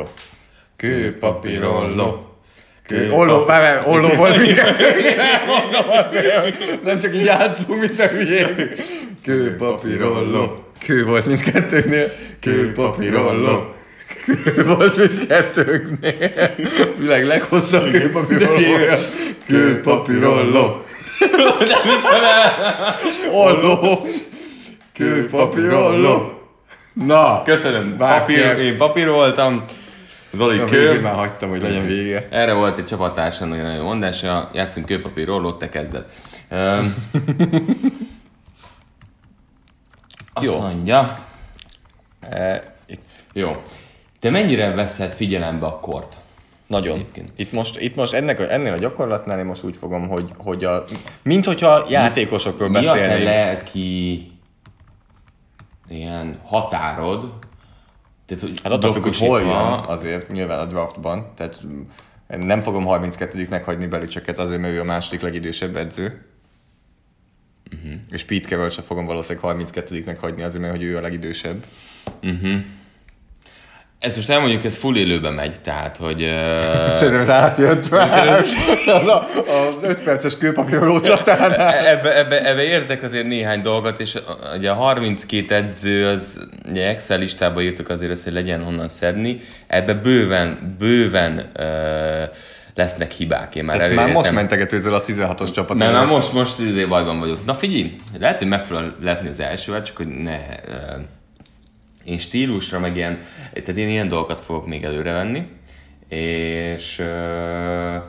Kőpapírolló. Kő... Olló, várj, várj, olló volt mindkettő, elmondom azért, nem csak így játszunk, mint a hülyék. Kőpapírolló. Kő volt mindkettőknél. Kőpapírolló. Kő volt mindkettőknél. Világ leghosszabb kőpapírollója. Kőpapírolló. Nem hiszem el! Olló. Kőpapírolló. Na. Köszönöm. Papír, én papír voltam. Zoli kő. Végén már hagytam, hogy legyen vége. Erre volt egy csapattársam nagyon jó mondása. Játszunk kőpapírollót, te kezded. Um, azt jó. mondja. E, itt. Jó. Te mennyire veszed figyelembe a kort? Nagyon. Itt most, itt most ennek, ennél a gyakorlatnál én most úgy fogom, hogy, hogy a, mint hogyha játékosokról beszélnék. Mi a te lelki ilyen határod? Tehát, hogy hát attól függ, hogy hol jön azért nyilván a draftban. Tehát nem fogom harminckettedik hagyni Belichicket azért, mert ő a második legidősebb edző. Uh-huh. És Pete Carroll sem fogom valószínűleg harminckettődiknek hagyni azért, mert hogy ő a legidősebb. Uh-huh. Ezt most elmondjuk, ez full élőben megy, tehát, hogy... Uh... Szerintem ez átjött már az, az öt perces kőpapíroló csatán. Ebbe, ebbe, ebbe érzek azért néhány dolgot, és ugye a harminckét edző, az ugye Excel listába írtuk azért azt, hogy legyen honnan szedni. Ebbe bőven, bőven uh, lesznek hibák. Én már, már most mentegetőzöl a tizenhatos csapatot. Mert már most, most azért bajban vagyok. Na figyelj, lehet, hogy meg fogom lepni az elsővel, csak hogy ne... Uh, én stílusra, meg ilyen, tehát én ilyen dolgokat fogok még előrevenni, és uh,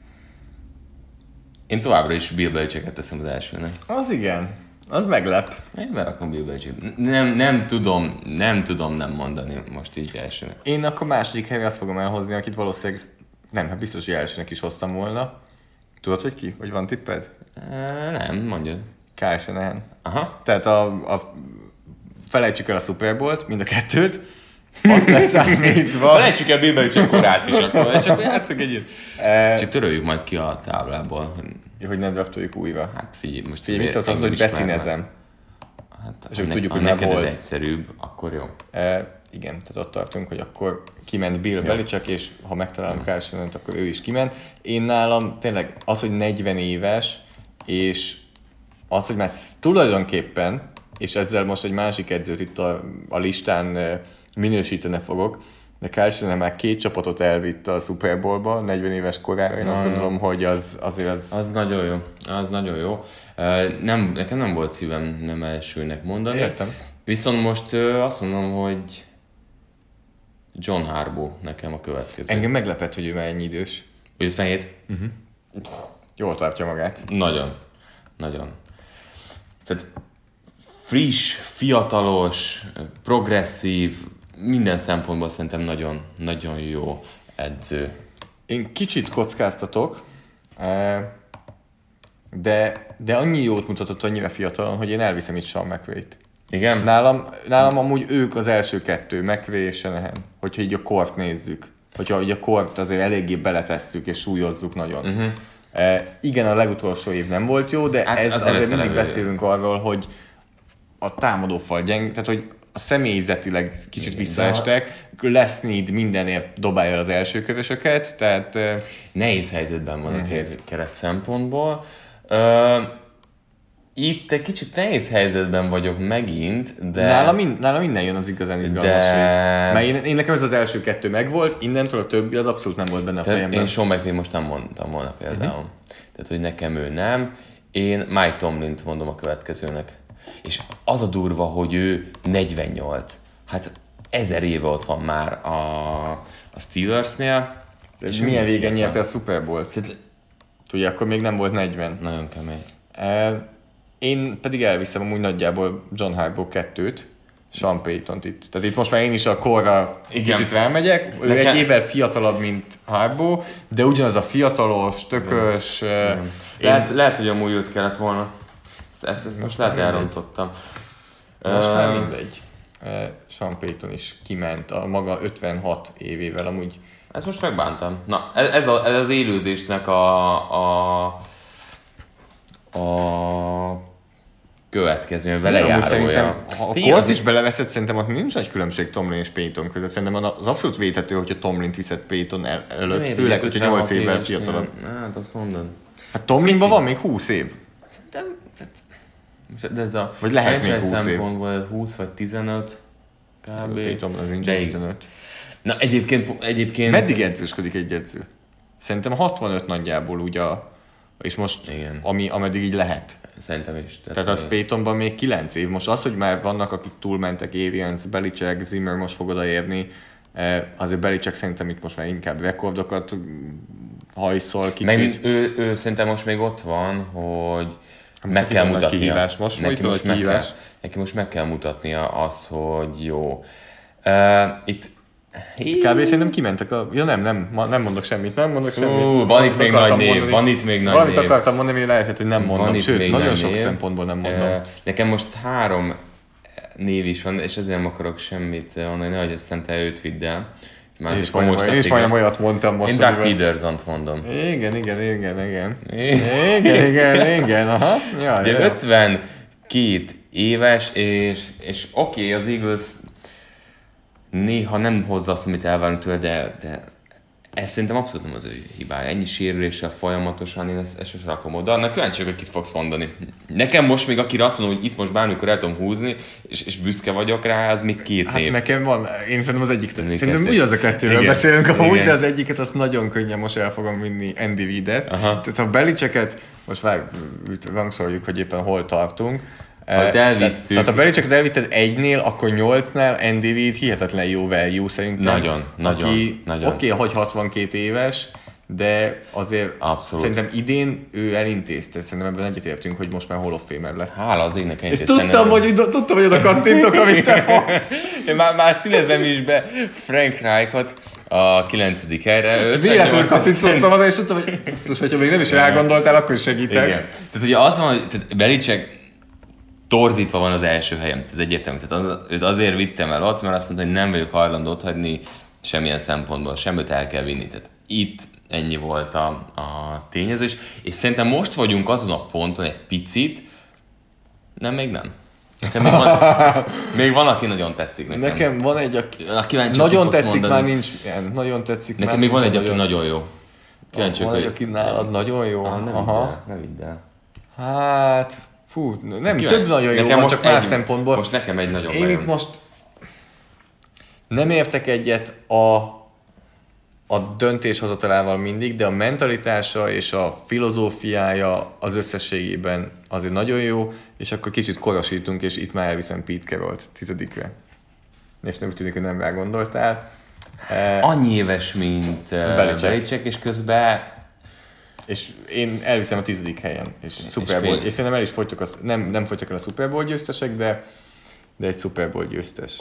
én továbbra is Bill Belichicket teszem az elsőnek. Az igen, az meglep. Én berakom Bill Belichicket. Nem, nem tudom, nem tudom nem mondani most így elsőnek. Én akkor második helyre azt fogom elhozni, akit valószínűleg, nem, hát biztos, hogy elsőnek is hoztam volna. Tudod, hogy ki? Vagy van tipped? Uh, nem, mondjad. Kyle Shanahan. Aha. Tehát a, a felejtsük el a Super Bowl-t, mind a kettőt, azt lesz számítva. Felejtsük el Bill Belichick korát is akkor, és akkor játszok együtt. E... Csak töröljük majd ki a táblából. Hogy ne draftoljuk újra. Hát figyelj, most... Figyelj, mit szólsz az, hogy beszínezem? Hát, és úgy ne, tudjuk, hogy már volt. Ez egyszerűbb, akkor jó. E, igen, tehát ott tartunk, hogy akkor kiment Bill Belichick, és ha megtalálunk Kyle Shanahan-t, akkor ő is kiment. Én nálam tényleg az, hogy negyven éves, és az, hogy már tulajdonképpen, és ezzel most egy másik edzőt itt a, a listán minősíteni fogok, de Kyle Shanahan már két csapatot elvitt a Super Bowl-ba, negyven éves korára, én azt gondolom, hogy az azért az... Az nagyon jó, az nagyon jó. Nem, nekem nem volt szívem nem elsőnek mondani. Értem. Viszont most azt mondom, hogy John Harbaugh nekem a következő. Engem meglepett, hogy ő már ennyi idős. ötvenhét? Uh-huh. Jól tartja magát. Nagyon, nagyon. Tehát friss, fiatalos, progresszív, minden szempontból szerintem nagyon, nagyon jó edző. Én kicsit kockáztatok, de, de annyi jót mutatott annyira fiatalon, hogy én elviszem itt Sean McVay-t. Igen? Nálam, nálam amúgy ők az első kettő, McVay és Shanahan, hogyha így a kort nézzük. Hogyha így a kort azért eléggé beletesszük és súlyozzuk nagyon. Uh-huh. E, igen, a legutolsó év nem volt jó, de hát ez az azért mindig beszélünk arról, hogy a támadófal gyeng, tehát hogy a személyzetileg kicsit igen, visszaestek, lesz need mindenért dobálja az első kövösöket, tehát... Nehéz helyzetben van nehéz. Az keret szempontból. Uh, itt egy kicsit nehéz helyzetben vagyok megint, de... Nála, mind, nála minden jön az igazán izgalmas de... rész. Mert én, én nekem ez az első kettő megvolt, innentől a többi az abszolút nem volt benne a fejemben. Én Sean McVay most nem mondtam volna például. Uh-huh. Tehát, hogy nekem ő nem. Én Mike Tomlint mondom a következőnek. És az a durva, hogy ő negyvennyolc. Hát ezer éve ott van már a, a Steelersnél. És milyen régen nyerte a Super Bowl-t? Tehát... Ugye akkor még nem volt negyven. Nagyon kemény. E, én pedig elviszem amúgy nagyjából John Harbaugh kettőt, Sean Paytont itt. Tehát itt most már én is a korra igen. Kicsit elmegyek. Ő Nekem... egy évvel fiatalabb, mint Harbaugh, de ugyanaz a fiatalos, tökös... Igen. Én... Lehet, lehet, hogy amúgy őt kellett volna. Ezt, ezt, ezt most lehet elrontottam. Most uh... már mindegy. Uh, Sean Payton is kiment a maga ötvenhat évével amúgy. Ezt most megbántam. Na, ez, a, ez az élőzésnek a, a, a következmény, vele járója. Ha a Colts is beleveszed, szerintem ott nincs egy különbség Tomlin és Payton között. Szerintem az abszolút védhető, hogyha Tomlint viszed Payton el, előtt, miért főleg, hogyha nyolc évvel fiatalabb. Hát azt mondod. Hát Tomlinban van még húsz év. Szerintem... De ez a vagy lehet még húsz év. húsz vagy tizenöt kb. Payton az nincs tizenöt. Na egyébként, egyébként... Meddig edzősködik egy edző? Szerintem hatvanöt nagyjából úgy a... És most, igen. Ami, ameddig így lehet. Szerintem is. Tehát, tehát az Paytonban még kilenc év. Most az, hogy már vannak, akik túlmentek, Arians, Belichick, Zimmer most fog odaérni, azért Belichick szerintem itt most már inkább rekordokat hajszol kicsit. Meg ő, ő szerintem most még ott van, hogy meg kell mutatnia. Kihívás. Most neki, most meg kihívás. Kell, neki most meg kell mutatnia azt, hogy jó. Uh, itt Kb. Szerintem kimentek a... Ja nem, nem, ma nem mondok semmit, nem mondok semmit. Uh, van itt még nagy név, mondani. van itt még nagy Valamit név. akartam mondani, hogy lehet, hogy nem mondom, sőt, nagyon sok név. Szempontból nem mondom. Uh, nekem most három név is van, és ezért nem akarok semmit mondani, nehogy aztán te őt vidd el. Már és majdnem olyat mondtam most. Én Doug Petersont mondom. Igen, igen, igen, igen. Igen, igen, igen, aha. Ja, de ja. ötvenkét éves, és, és oké, okay, az Eagles néha nem hozza azt, amit elvárunk tőle, de, de ez szerintem abszolút nem az ő hibája. Ennyi sérüléssel folyamatosan, én ezt, ezt sosem rakom oda. Na kíváncsi vagyok, kit fogsz mondani. Nekem most még, akire azt mondom, hogy itt most bármikor el tudom húzni, és, és büszke vagyok rá, az még két hát név. nekem van, én szerintem az egyik, Még szerintem kettő. ugyanaz a kettőről Igen. beszélünk amúgy, Igen. de az egyiket azt nagyon könnyen most el fogom vinni Andy Reid-et. Tehát ha Belichicket, most várj, rangsoroljuk, hogy éppen hol tartunk. Ahogy elvittük. Tehát ha Belichicket elvitted egynél, akkor nyolcnál Andy Reid hihetetlen jó value szerintem. Nagyon, nagyon, aki, nagyon. Oké, okay, hogy hatvankét éves, de azért Abszolút. szerintem idén ő elintézte, szerintem ebben egyetértünk, hogy most már Hall of Famer lesz. Hála az égnek ennyi. És tudtam, hogy, tudtam, hogy oda kattintok, amit te fogsz. Én már, már színezem is be Frank Reichot a kilencedik helyre. És véletlenül kattintottam oda, és tudtam, hogy most, hogyha még nem is rágondoltál, akkor is segítek. Igen. Tehát ugye az van, hogy tehát Belichick torzítva van az első helyen, ez egyértelmű. Tehát az, őt azért vittem el ott, mert azt mondta, hogy nem vagyok hajlandó ott hagyni semmilyen szempontból, semmit el kell vinni. Tehát itt ennyi volt a, a tényező, és, és szerintem most vagyunk azon a ponton egy picit, nem, még nem. Nekem még van, még van, aki nagyon tetszik nekem. Nekem van egy, aki Na, kíváncsi, nagyon ki fogsz tetszik, mondani. már nincs ilyen, nagyon tetszik. Nekem már még van nincs egy, aki nagyon... nagyon jó. Kíváncsi, van egy, hogy... aki nálad nagyon jó. Ah, ne Aha. vidd el, ne vidd el. Hát, fú, nem, Kíváncsi. több nagyon jó Nekem van, most csak más egy- szempontból. Most nekem egy nagyon Én bejön. itt most nem értek egyet a, a döntéshozatalával mindig, de a mentalitása és a filozófiája az összességében azért nagyon jó, és akkor kicsit korosítunk, és itt már elviszem Pete Carroll-t tizedikre. És nem úgy tűnik, hogy nem rá gondoltál. Annyi éves, mint uh, Belichick. Belichick, és közben És én elviszem a tizedik helyen, és, Super Bowl, fél. és szerintem el is fogytak, a, nem, nem fogytak el a Super Bowl győztesek, de, de egy Super Bowl győztes.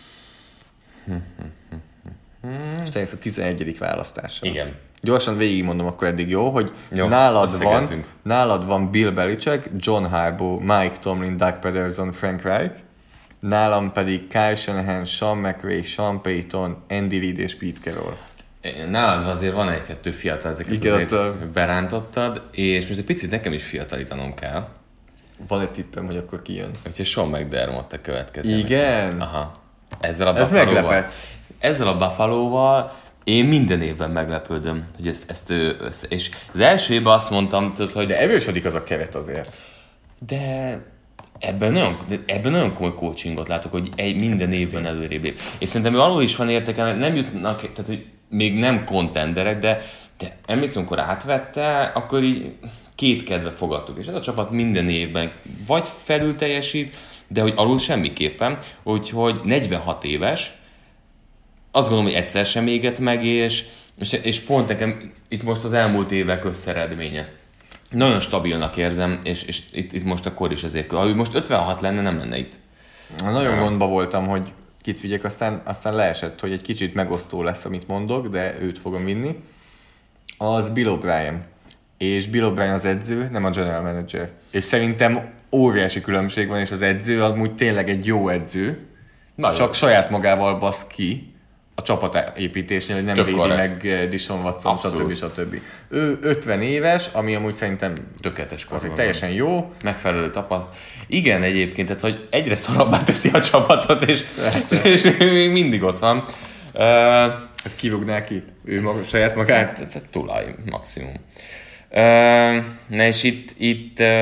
És te a tizenegyedik választással. igen. Gyorsan végigmondom akkor eddig, jó? Hogy Jó, nálad, van, összegezzünk. nálad van Bill Belichick, John Harbaugh, Mike Tomlin, Doug Peterson, Frank Reich, nálam pedig Kyle Shanahan, Sean McVay, Sean Payton, Andy Reid és Pete Carroll. Nálad azért van egy-kettő fiatal, ezeket Igen, azért ott a- berántottad, és most egy picit nekem is fiatalítanom kell. Van egy tippem, hogy akkor ki jön. Úgyhogy Sean McDermott a következő. Igen? Aha. Ezzel a Ez Buffalo-val. meglepett. Ezzel a Buffalo-val én minden évben meglepődöm, hogy ezt, ezt ő össze... És az első évben azt mondtam, tudod, hogy De erősödik az a keret azért. de ebben nagyon, de ebben nagyon komoly coachingot látok, hogy egy, minden évben előrébb lép. És szerintem ő alul is van értékelve, nem jutnak, tehát hogy még nem contenderek, de, de emlékszem, amikor átvette, akkor így kétkedve fogadtuk. És ez a csapat minden évben vagy felül teljesít, de hogy alul semmiképpen. Úgyhogy negyvenhat éves, azt gondolom, hogy egyszer sem égett meg, és, és, és pont nekem itt most az elmúlt évek összeredménye. Nagyon stabilnak érzem, és, és itt, itt most akkor is ezért. Ha ő most ötvenhat lenne, nem lenne itt. Nagyon gondba voltam, hogy kit vigyek, aztán, aztán leesett, hogy egy kicsit megosztó lesz, amit mondok, de őt fogom vinni. Az Bill O'Brien. És Bill O'Brien az edző, nem a general manager. És szerintem óriási különbség van, és az edző amúgy tényleg egy jó edző, Nagyon. csak saját magával basz ki a csapatépítésnél, hogy nem Tök védi korrekt. meg Dishon Watson, Abszolút. stb. stb. Ő ötven éves, ami amúgy szerintem Tökéletes az korban egy van. teljesen jó. Megfelelő tapasztalat. Igen, egyébként, tehát hogy egyre szarabbá teszi a csapatot, és, és még mindig ott van. Uh, Hát kirúgná ki ő maga, saját magát. tehát tulaj, maximum. Uh, na és itt, itt uh,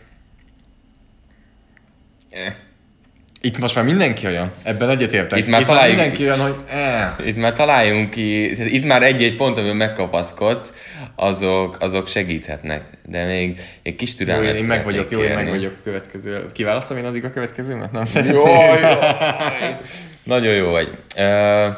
eh. Itt most már mindenki olyan, ebben egyetértek. Itt már Itt találjuk- mindenki olyan, hogy eh. Itt már találjunk ki, tehát itt már egy-egy pont, amiben megkapaszkodsz, azok, azok segíthetnek. De még egy kis Jó, türelmet én, én meg vagyok, szeretnék jó, én kérni. meg vagyok következő. Kiválasztom én addig a következőmet? Nem? Jó, jó. Nagyon jó vagy. Uh,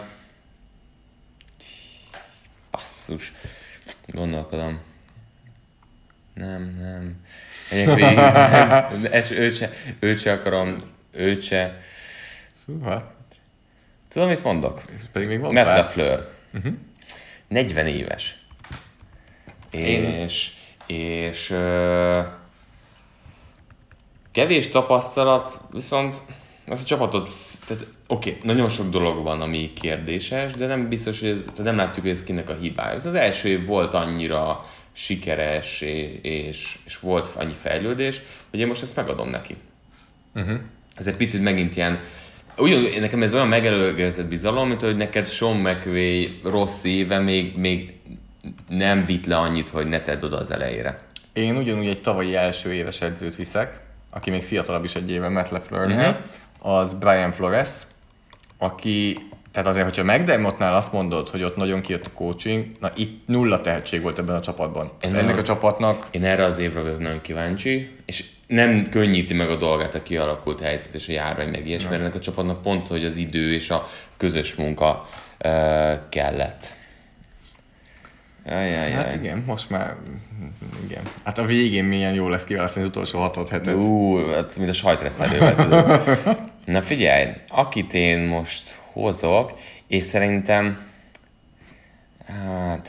basszus. Gondolkodom. Nem, nem. Megyek végig. Nem, és őt se, őt se akarom. Őt se. Húha, Tudom, mit mondok? pedig még van Matt pár. LaFleur. Uh-huh. negyven éves. Én- És, és uh, kevés tapasztalat, viszont az a csapatot, tehát oké, okay, nagyon sok dolog van, ami kérdéses, de nem biztos, hogy ez, tehát nem látjuk, hogy ez kinek a hibája. Ez az első év volt annyira sikeres, és, és, és volt annyi fejlődés, hogy én most ezt megadom neki. Uh-huh. Ez egy picit megint ilyen, ugyan, nekem ez olyan megelőlegezett bizalom, mint hogy neked Sean McVay rossz éve még, még nem vitt le annyit, hogy ne tedd oda az elejére. Én ugyanúgy egy tavalyi első éves edzőt viszek, aki még fiatalabb is egy éve Matt LaFleur-nél, uh-huh. az Brian Flores, aki, tehát azért, hogyha McDermottnál azt mondod, hogy ott nagyon kijött a coaching, na itt nulla tehetség volt ebben a csapatban. Ennek a csapatnak... Én erre az évre vagyok nagyon kíváncsi, és nem könnyíti meg a dolgát a kialakult helyzet és a járvány meg ilyesmi, mert ennek a csapatnak pont, hogy az idő és a közös munka uh, kellett. Ajajaj. Hát igen, most már, igen. Hát a végén milyen jó lesz kiválasztani az utolsó hatot hetet. Ú, hát mint a sajtreszelővel tudod. Na figyelj, akit én most hozok, és szerintem, hát...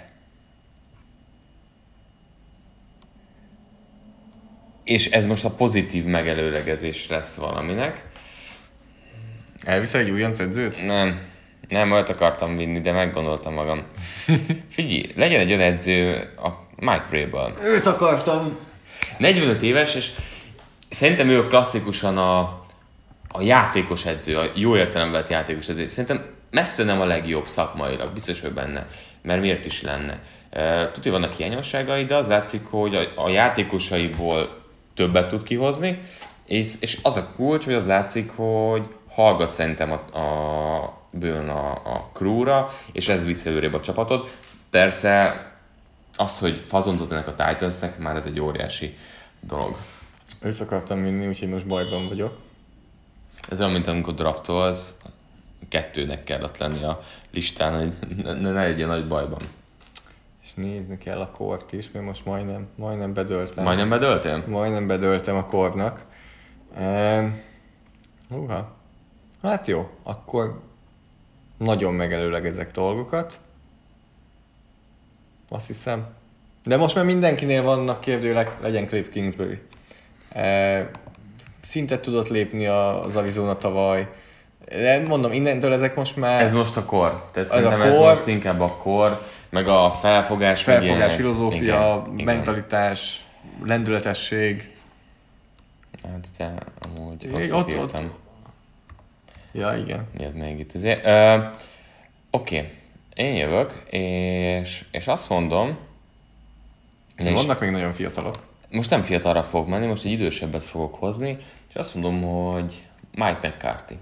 És ez most a pozitív megelőlegezés lesz valaminek. Elviszel egy újonc edzőt? Nem. Nem, olyat akartam vinni, de meggondoltam magam. Figyelj, legyen egy olyan edző a Mike Vrabel. Őt akartam. negyvenöt éves, és szerintem ő klasszikusan a, a játékos edző, a jó értelemben vett játékos edző. Szerintem messze nem a legjobb szakmailag, biztos, hogy benne, mert miért is lenne. Tudja, vannak hiányosságai, de az látszik, hogy a, a játékosaiból többet tud kihozni, és, és az a kulcs, hogy az látszik, hogy hallgat szerintem a, a bőven a, a crew-ra, és ez viszi előrébb a csapatot. Persze az, hogy fazontot ennek a Titansnek, már ez egy óriási dolog. Őt akartam vinni, úgyhogy most bajban vagyok. Ez olyan, mint amikor draftolsz, kettőnek kellett lenni a listán, hogy ne, ne, ne legyen nagy bajban. És nézni kell a kort is, mert most majdnem, majdnem bedöltem. Majdnem bedöltél? Majdnem bedöltem a kornak. Ehm, húha. Hát jó, akkor nagyon megelőlegezek dolgokat. Azt hiszem. De most már mindenkinél vannak kérdőlek, legyen Cliff Kingsbury. Ehm, szintet tudott lépni az Arizona tavaly. De mondom, innentől ezek most már... Ez most a kor. Tehát szerintem ez most inkább a kor, meg a felfogás. Felfogás, filozófia, igen, mentalitás, igen. Lendületesség. Hát te amúgy rosszat írtam. Ja, igen. Miért még itt azért? Uh, Oké, okay. Én jövök, és, és azt mondom... De vannak még nagyon fiatalok. Most nem fiatalra fogok menni, most egy idősebbet fogok hozni, és azt mondom, hogy Mike McCarthy.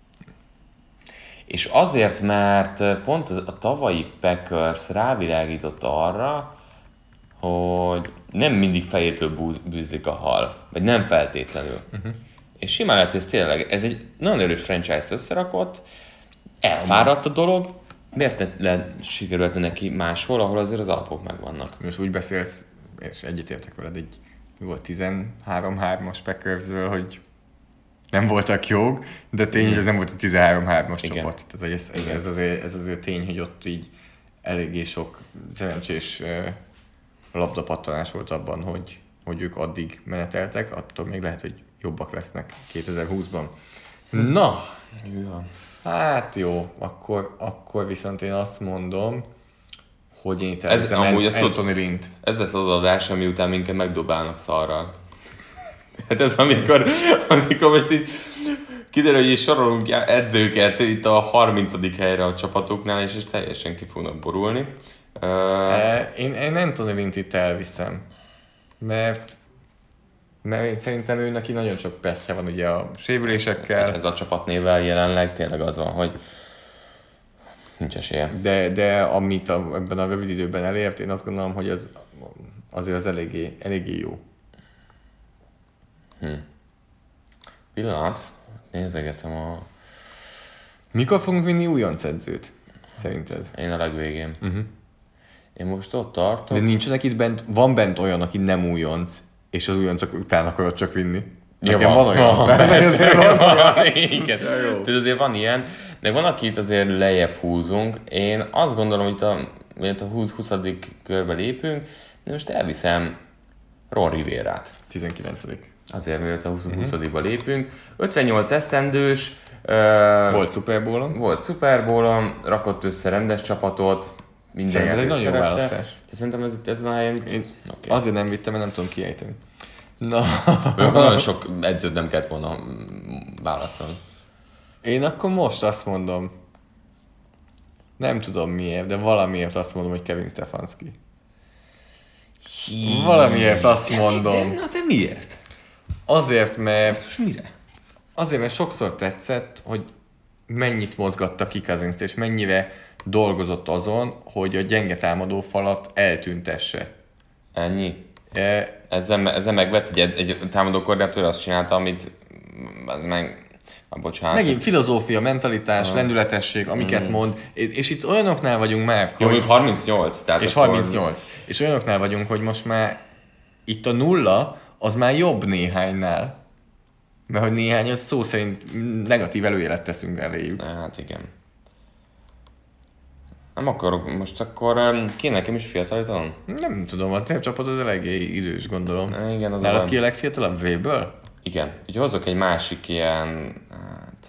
És azért, mert pont a tavalyi Packers rávilágított arra, hogy nem mindig fejétől bűzlik a hal, vagy nem feltétlenül. Uh-huh. És simán lehet, hogy ez tényleg, ez egy nagyon erős franchise-t összerakott, elfáradt a dolog, miért ne, le, sikerült neki máshol, ahol azért az alapok megvannak. Most úgy beszélsz, és egyetértek veled, egy volt tizenhárom hármas Packersről, hogy nem voltak jók, de tény, mm. hogy ez nem volt a tizenhárom hármas csapat. Ez, ez, ez, ez, azért, ez azért tény, hogy ott így eléggé sok szerencsés uh, labdapattanás volt abban, hogy, hogy ők addig meneteltek, attól még lehet, hogy jobbak lesznek kétezer-húszban. Mm. Na, ja. Hát jó, akkor, akkor viszont én azt mondom, hogy én ez amúgy Ant- Anthony Lynn-t. Ez lesz az adás, ami után minket megdobálnak szarral. Hát ez amikor, amikor most így kiderül, hogy így sorolunk edzőket itt a harmincadik helyre a csapatoknál, és, és teljesen ki fognak borulni. Uh... Én, én Anthony Lynn-t itt elviszem, mert, mert szerintem ő neki nagyon sok pehje van ugye a sérülésekkel. Ez a csapatnével jelenleg tényleg az van, hogy nincs esélye. De, de amit a, ebben a rövid időben elért, én azt gondolom, hogy ez azért az eléggé, eléggé jó. Hm. Pillanat, nézegetem a... Mikor fogunk vinni újonc edzőt? Szerinted? Én a legvégén. Uh-huh. Én most ott tartom... De nincsenek itt bent, van bent olyan, aki nem újonc, és az újoncok után akarod csak vinni. Nekem ja, van, van olyan. Van, persze, van, van olyan. Igen. Tehát azért van ilyen, de van, akit azért lejjebb húzunk. Én azt gondolom, hogy a, a húsz-huszadik körbe lépünk, de most elviszem Ron Rivérát. tizenkilencedik Azért, mielőtt a huszadikba lépünk. ötvennyolc esztendős. Uh, volt Super Bowl-on. Volt Super Bowl-on, rakott össze rendes csapatot. Minden ez egy nagyon jó választás. De szerintem ez, ez a helyen... Én okay. Azért nem vittem, mert nem tudom kiejteni. Na. Nagyon sok edzőt nem kellett volna választani. Én akkor most azt mondom, nem tudom miért, de valamiért azt mondom, hogy Kevin Stefanski. Hí... Valamiért azt de, mondom. De, de, na de miért? Azért, mert... Ezt most mire? Azért, mert sokszor tetszett, hogy mennyit mozgatta ki Cousinst, és mennyire dolgozott azon, hogy a gyenge támadó falat eltüntesse. Ennyi? E... Ezzel, ezzel megvett egy, egy támadó koordinátor, azt csinálta, amit az meg... Ah, bocsánat. Megint filozófia, mentalitás, ah. lendületesség, amiket mm. mond, és itt olyanoknál vagyunk már, jó, hogy... harmincnyolc. Tehát és harmincnyolc. És olyanoknál vagyunk, hogy most már itt a nulla, az már jobb néhánynál. Mert hogy néhány az szó szerint negatív előélet teszünk eléjük. Hát igen. Nem akarok, most akkor kéne nekem is fiatalítanom? Nem tudom, a te csapat az eléggé idős, gondolom. Igen, az nálad ki a legfiatalabb V-ből? Igen. Úgyhogy hozok egy másik ilyen... Hát...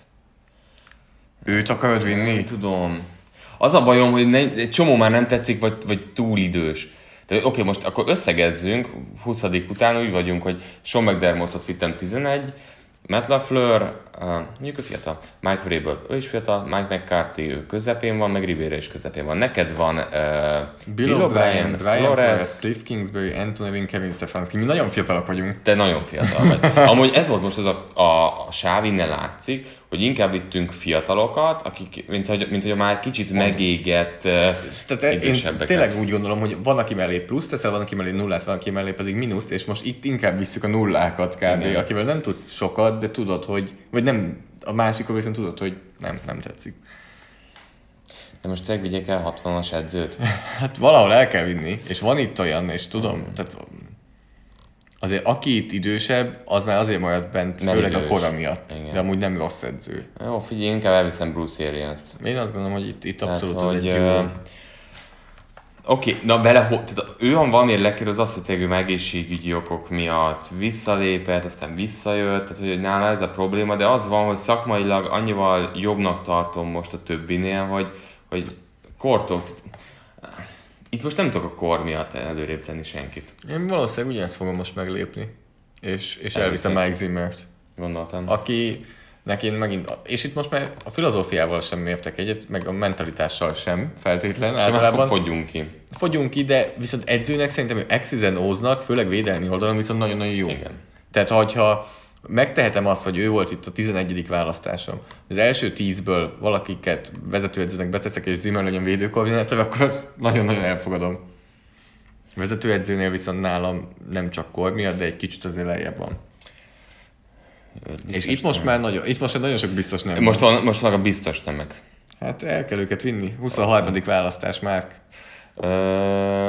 Őt akarod vinni? Nem tudom. Az a bajom, hogy ne, egy csomó már nem tetszik, vagy, vagy túl idős. Oké, okay, most akkor összegezzünk, huszadik után úgy vagyunk, hogy Sean McDermottot vittem tizenegy, Matt LaFleur, uh, mondjuk ő fiatal, Mike Vrabel, ő is fiatal, Mike McCarthy, ő közepén van, meg Rivera is közepén van. Neked van uh, Bill, Bill O'Brien, Brian Flores, Cliff Kingsbury, Anthony Lynn, Kevin Stefanski. Mi nagyon fiatalok vagyunk. Te nagyon fiatal vagy. Amúgy ez volt most az a, a, a sáv, innen látszik, hogy inkább vittünk fiatalokat, akik, mint hogy, mint hogy már kicsit megégett uh, idősebbeket. Én tényleg úgy gondolom, hogy van, aki mellé plusz teszel, van, aki mellé nullát, van, aki mellé pedig mínuszt, és most itt inkább visszük a nullákat kb. Igen. Akivel nem tudsz sokat, de tudod, hogy, vagy nem, a másikról viszont tudod, hogy nem, nem tetszik. De most tényleg vigyek el hatvanas edzőt? Hát valahol el kell vinni, és van itt olyan, és tudom, mm. tehát azért aki itt idősebb, az már azért marad bent, nem főleg idős. A kora miatt. Igen. De amúgy nem rossz edző. Jó, figyelj, inkább elviszem Bruce Arians-t. Én azt gondolom, hogy itt, itt abszolút tehát, az hogy, egy jó... Oké, okay, na vele, tehát ő van valamiért lekerül, az azt, hogy tényleg ő egészségügyi okok miatt visszalépett, aztán visszajött, tehát hogy nála ez a probléma, de az van, hogy szakmailag annyival jobbnak tartom most a többinél, hogy, hogy kortok... Itt most nem tudok a kor miatt előrébb tenni senkit. Én valószínűleg ugyanezt fogom most meglépni, és, és elviszem Mike Zimmert. Gondoltam. Aki neki megint, és itt most már a filozófiával sem értek egyet, meg a mentalitással sem feltétlen. Csak általában fogyjunk ki. Fogyjunk ki, de viszont edzőnek szerintem ő X-en óznak, főleg védelmi oldalon viszont nagyon-nagyon jó. Igen. Tehát hogyha megtehetem azt, hogy ő volt itt a tizenegyedik választásom, az első tízből valakiket vezetőedzőnek beteszek, és Zimmer legyen védőkoordinátor, akkor azt nagyon-nagyon elfogadom. Vezetőedzőnél viszont nálam nem csak kor miatt, de egy kicsit azért lejjebb van. És itt most nem. már nagyon, itt most már nagyon sok biztos nem. Most van, most van a biztos nemek. Hát el kell őket vinni. huszonharmadik választás már. Ö...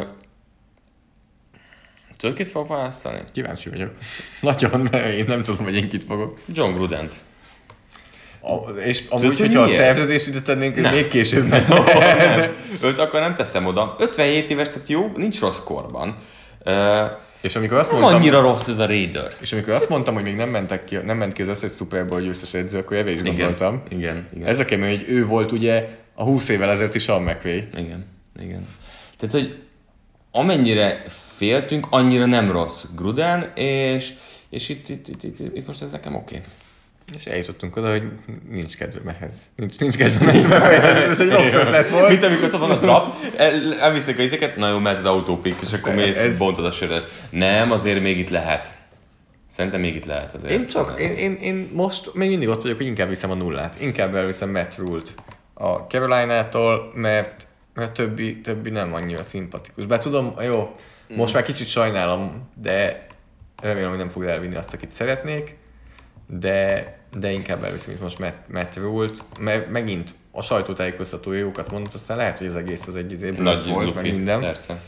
Tudod, kit fogok választani? Kíváncsi vagyok. Nagyon, mert én nem tudom, hogy én kit fogok. John Grudent. A, és amúgy, hogyha a szerződést ide tennénk, még később menne. Őt akkor nem teszem oda. ötvenhét éves, tehát jó, nincs rossz korban. Uh, és amikor azt nem mondtam, annyira rossz ez a Raiders. És amikor azt mondtam, hogy még nem mentek ki, nem ment ki az összes Super Bowl győztes edző, akkor ebbe is gondoltam. Igen, igen, igen. Ez a kemény, hogy ő volt ugye a húsz évvel ezelőtt is Sean McVay. Igen, igen. Tehát, hogy amennyire féltünk, annyira nem rossz Gruden, és, és itt, itt, itt, itt, itt most ez nekem oké. Okay. És eljutottunk oda, hogy nincs kedvem ehhez. Nincs, nincs kedvem ehhez befejezni, ez egy rossz ötlet volt. Mint amikor van a draft, el, elviszek a izeket, na jó, mert az autópik, és akkor mész, ez... bontod a söröt. Nem, azért még itt lehet. Szerintem még itt lehet azért. Én csak, én, én, én most még mindig ott vagyok, hogy inkább viszem a nullát. Inkább elviszem Matt Rule-t a Caroline-tól, mert, mert többi, többi nem annyira szimpatikus. Bár tudom, jó, most már kicsit sajnálom, de remélem, hogy nem fog elvinni azt, akit szeretnék. De, de inkább elviszem itt most Matt, Matt Rule-t, mert megint a sajtótájékoztatója jókat mondott, aztán lehet, hogy az egész az egy izéből nagy volt, lufi, meg minden. Persze.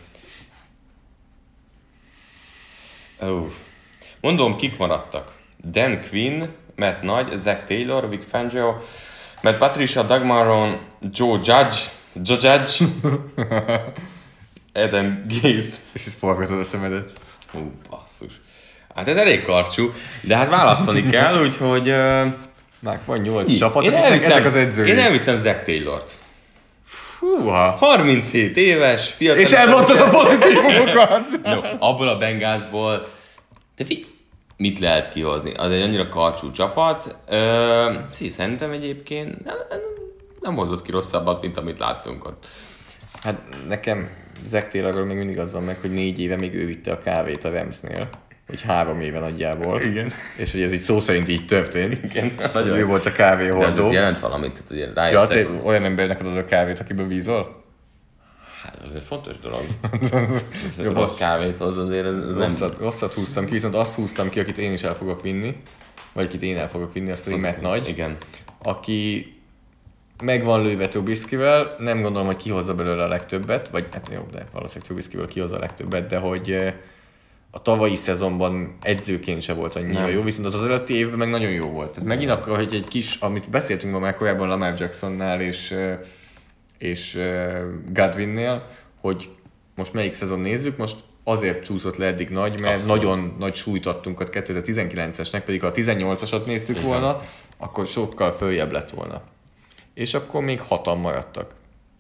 Oh. Mondom, kik maradtak. Dan Quinn, Matt Nagy, Zach Taylor, Vic Fangio, Matt Patricia, Doug Marrone, Joe Judge, Joe Judge, Adam Gase. És forgatod a szemedet. Hú, basszus. Hát ez elég karcsú, de hát választani kell, úgyhogy... Uh... Már van nyolc csapat, én elviszem, ezek az edzői. Én elviszem Zach Taylort. Húha. harminchét éves, fiatal... És elmondtad a pozitívumokat. Jó, abból a Bengalsból... De fi... Mit lehet kihozni? Az egy annyira karcsú csapat. Ö, szerintem egyébként nem, nem hozott ki rosszabbat, mint amit láttunk ott. Hát nekem Zach Taylorról még mindig az van meg, hogy négy éve még ő vitte a kávét a Ramsnél. Hogy három éve nagyjából. Igen. És hogy ez így szó szerint így történt. Igen. Nagyon ő volt a kávéhordó. De ez jelent valamit, hogy rájöttek. Ja, te olyan embernek adod a kávét, akiből bízol? Hát ez egy fontos dolog. Jó, rossz kávét hoz, azért ez, ez rosszat, nem... rosszat húztam ki, viszont azt húztam ki, akit én is el fogok vinni. Vagy akit én el fogok vinni, az pedig Matt Nagy. Igen. Aki meg van lőve Trubiskyvel, nem gondolom, hogy kihozza belőle a legtöbbet, vagy hát jó, de valószínűleg Trubiskyvel kihozza a legtöbbet, de hogy a tavalyi szezonban edzőként se volt annyira nem. jó, viszont az az előtti évben meg nagyon jó volt. Ez megint akkor, hogy egy kis, amit beszéltünk ma már korábban Lamar Jacksonnál és, és Godwinnél, hogy most melyik szezon nézzük, most azért csúszott le eddig nagy, mert Abszolút. nagyon nagy súlyt adtunk a kétezer-tizenkilencesnek, pedig ha a tizennyolcasat néztük Igen. volna, akkor sokkal följebb lett volna. És akkor még hatan maradtak.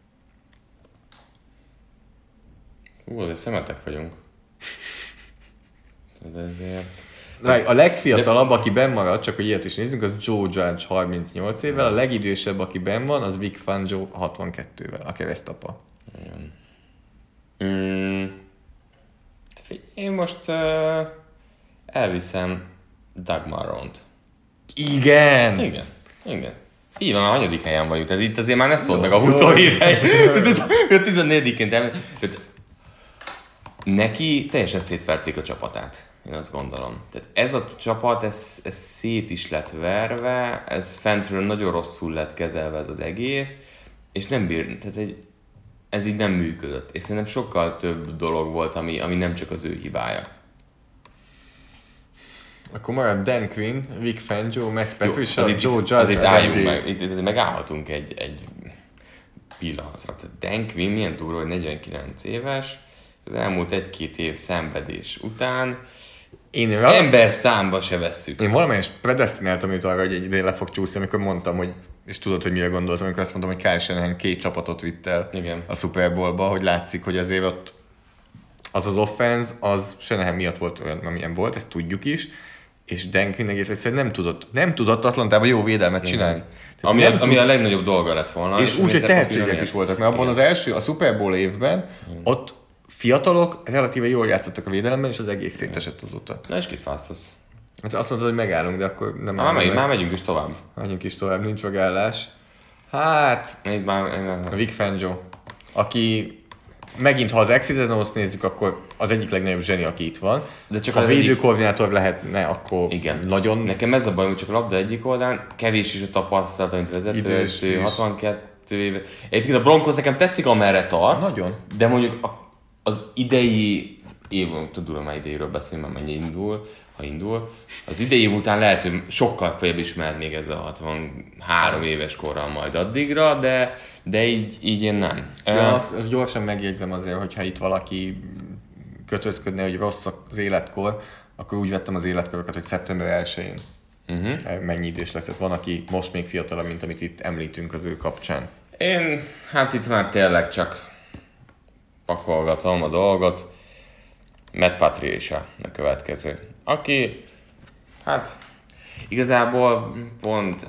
Hú, de szemetek vagyunk. Ez ezért... A legfiatalabb, de... aki benn marad, csak hogy ilyet is nézzünk, az Joe Judge harmincnyolc évvel, a legidősebb, aki benn van, az Vic Fangio hatvankettővel, a keresztapa. Igen. Mm. Én most uh, elviszem Doug Marrone-t. Igen! Igen, igen. Így van, a hanyadik helyen vagyunk, tehát itt azért már ne szólt meg a huszonhét hely. Tehát ez a tizennegyediként elment. Neki teljesen szétverték a csapatát, én azt gondolom. Tehát ez a csapat, ez, ez szét is lett verve, ez fentről nagyon rosszul lett kezelve ez az egész, és nem bír, tehát egy, ez így nem működött. És szerintem sokkal több dolog volt, ami, ami nem csak az ő hibája. Akkor marad Dan Quinn, Vic Fangio, Matt Patricia, Joe Judge, azért álljunk meg, itt, itt megállhatunk egy, egy pillanatra. Tehát Dan Quinn milyen durva, hogy negyvenkilenc éves, az elmúlt egy-két év szenvedés után én vala... ember számba se vesszük. Én valamelyest predestináltam őt arra, hogy egy idén le fog csúszni, amikor mondtam, hogy, és tudod, hogy mire gondoltam, amikor azt mondtam, hogy Kyle Shanahan két csapatot vitt el Igen. a Super Bowlba, hogy látszik, hogy azért ott az az offense, az Shanahan miatt volt olyan, amilyen volt, ezt tudjuk is, és Dan Quinn egész egyszerűen nem tudott, nem tudott Atlantában jó védelmet csinálni. Ami, a, ami a legnagyobb dolga lett volna. És, és úgy, hogy tehetségek is voltak, mert abban az első, a Super Bowl évben, Igen. ott fiatalok relatíve jól játszottak a védelemben, és az egész szétesett azóta. Na és kit fáztasz? Hát azt mondtad, hogy megállunk, de akkor nem már, megy, már megyünk is tovább. Megyünk is tovább, nincs megállás. Hát, Még már, már... a Vic Fangio, aki megint, ha az Exit-et nézzük, akkor az egyik legnagyobb zseni, aki itt van. De csak ha védőkoordinátor egyik... lehetne, akkor Igen. nagyon... Nekem ez a baj, hogy csak a labda egyik oldalán, kevés is a tapasztalat, amit vezető, hatvankettő éve. Egyébként a Broncos nekem tetszik, amerre tart. Nagyon. De mondjuk az idei év, tudom már idejéről beszélni, mert mennyi indul, ha indul. Az idei év után lehet, hogy sokkal feljebb is mehet még ez a hatvanhárom éves korral majd addigra, de, de így, így én nem. Ja, azt, azt gyorsan megjegyzem azért, hogyha itt valaki kötözködne, hogy rossz az életkor, akkor úgy vettem az életkorokat, hogy szeptember elsején uh-huh. mennyi idős lesz. Van, aki most még fiatalabb, mint amit itt említünk az ő kapcsán. Én, hát itt már tényleg csak pakolgatom a dolgot. Matt Patricia a következő, aki, hát igazából pont...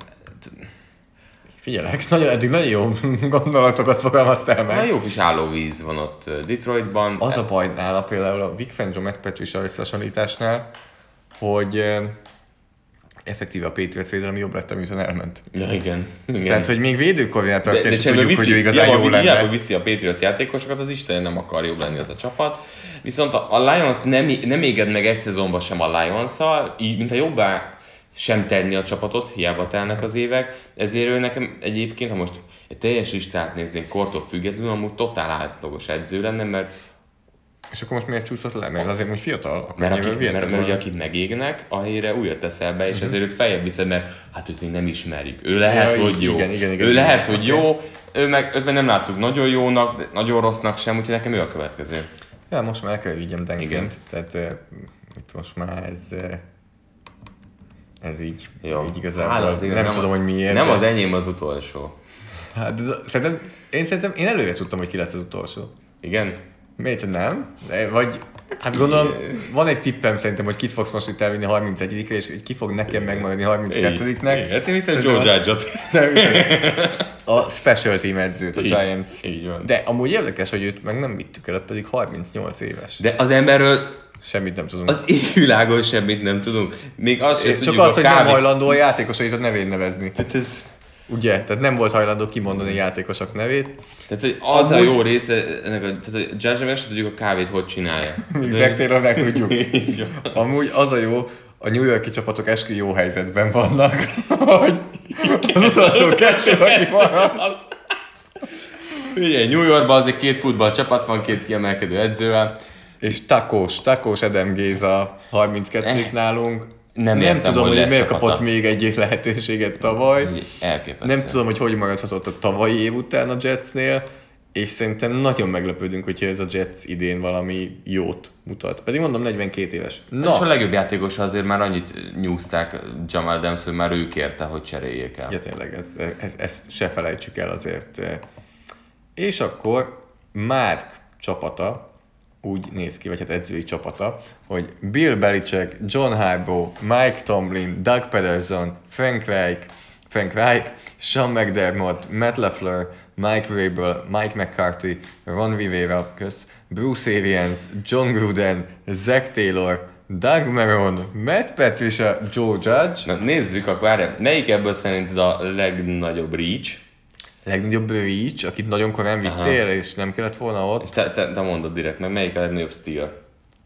Figyelek, nagyon, eddig nagyon jó gondolatokat fogalmaztál meg. Nagyon jó kis állóvíz van ott Detroitban. Az a baj nála például a Vic Fangio Matt Patricia összehasonlításnál, hogy effektíve a Patriots védelem jobb lett, miután elment. Ja, igen. igen. Tehát, hogy még védőkoordinátorként sem tudjuk, viszi, hogy ő igazán jó lenne. Hiába viszi a Patriots játékosokat, az Isten nem akar jobb lenni az a csapat. Viszont a Lions nem, nem éged meg egy szezonban sem a Lions-szal, így mintha jobbá sem tenni a csapatot, hiába telnek az évek. Ezért ő nekem egyébként, ha most egy teljes listát néznénk kortól függetlenül, amúgy totál átlagos edző lenne, mert és akkor most miért csúszott le? Mert azért, hogy fiatal? Mert, akik, mert, mert, mert ugye akik megégnek, a helyre újat teszel be, és uh-huh. ezért őt feljebb viszed, mert hát őt még nem ismerjük. Ő lehet, ja, hogy jó. Igen, igen, igen, ő igen, lehet, igen. hogy jó, ő meg, őt meg nem láttuk nagyon jónak, de nagyon rossznak sem, úgyhogy nekem ő a következő. Ja, most már el kell vigyem Duncan-t, tehát uh, most már ez, uh, ez így, Jó. így igazából. Hála, nem, nem tudom, hogy miért. Nem de... az enyém az utolsó. Hát, ez, szerintem, én szerintem én előre tudtam, hogy ki lesz az utolsó. Igen? Miért nem? De, vagy, hát gondolom, van egy tippem szerintem, hogy kit fogsz most itt elvinni harmincegyedikre, és ki fog nekem megmaradni harminckettődiknek. Hát én viszont Joe Judge-ot. A special team edzőt, a így, Giants. Így van. De amúgy érdekes, hogy őt meg nem vittük el, pedig harmincnyolc éves. De az emberről Semmit nem tudunk. az égvilágon semmit nem tudunk. Még azt sem Csak tudjuk az, hogy a nem kávé... hajlandó a játékosait a nevén nevezni. Tehát ez... Ugye? Tehát nem volt hajlandó kimondani a játékosok nevét. Tehát, hogy az Amúgy- a jó része, ennek a, tehát a Judge-nak meg sem tudjuk a kávét hogy csinálja. Zach Taylor meg tudjuk. Így van. Amúgy az a jó, a New York-i csapatok eskü jó helyzetben vannak, hogy az utolsó kettő, aki van. Ugye, New Yorkban azért két futballcsapat van, két kiemelkedő edzővel. És Takós, Takós Adam Géza harminckettődik Eh, nálunk. nem nem értem, tudom, hogy hogy, lett miért csapata. kapott még egy lehetőséget tavaly. Elképesztő. Nem tudom, hogy hogy maradhatott a tavalyi év után a Jetsnél, és szerintem nagyon meglepődünk, hogyha ez a Jets idén valami jót mutat. Pedig mondom, negyvenkét éves. Na. Na, És a legjobb játékosa azért már annyit nyúzták Jamal Adams, hogy már ő kérte, hogy cseréljék el. ja, tényleg, ez, ez, ezt se felejtsük el azért. És akkor Mark csapata úgy néz ki, vagy hát edzői csapata, hogy Bill Belichick, John Harbaugh, Mike Tomlin, Doug Peterson, Frank Reich, Frank Reich, Sean McDermott, Matt LaFleur, Mike Vrabel, Mike McCarthy, Ron Rivera, kösz, Bruce Arians, John Gruden, Zach Taylor, Doug Marrone, Matt Patricia, Joe Judge. Na, nézzük, akkor várjál, melyik ebből szerinted a legnagyobb reach? Legnagyobb Reach, akit nagyon korán vittél, és nem kellett volna ott. És te, te, te mondod direkt, meg melyik a legnagyobb steal?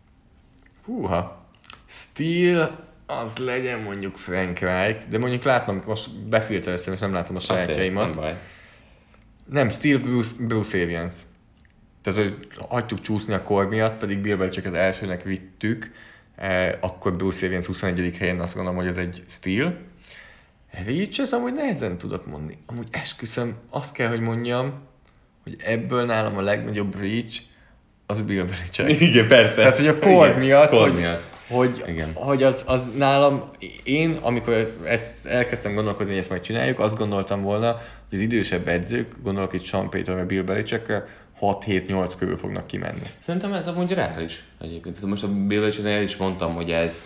Húha. Steel, az legyen mondjuk Frank Reich, de mondjuk látnom, most befiltereztem, és nem látom a Azért, sajátjaimat. nem baj. Nem, Steel Bruce, Bruce Arians. Tehát, hogy hagytuk csúszni a kor miatt, pedig Bill Belichick az elsőnek vittük, eh, akkor Bruce Arians huszonegyedik helyen azt gondolom, hogy ez egy Steel. Reach, ez amúgy nehezen tudok mondani. Amúgy esküszöm, azt kell, hogy mondjam, hogy ebből nálam a legnagyobb Reach az Bill Belichick. Igen, persze. Tehát, hogy a kor Igen, miatt, kor hogy, miatt. hogy, Igen. hogy az, az nálam, én amikor ezt elkezdtem gondolkozni, hogy ezt majd csináljuk, azt gondoltam volna, hogy az idősebb edzők, gondolok itt Sean Payton vagy Bill Belichickre, hat-hét-nyolc körül fognak kimenni. Szerintem ez amúgy reális egyébként. Tehát most a Bill Belichicknél is mondtam, hogy ez,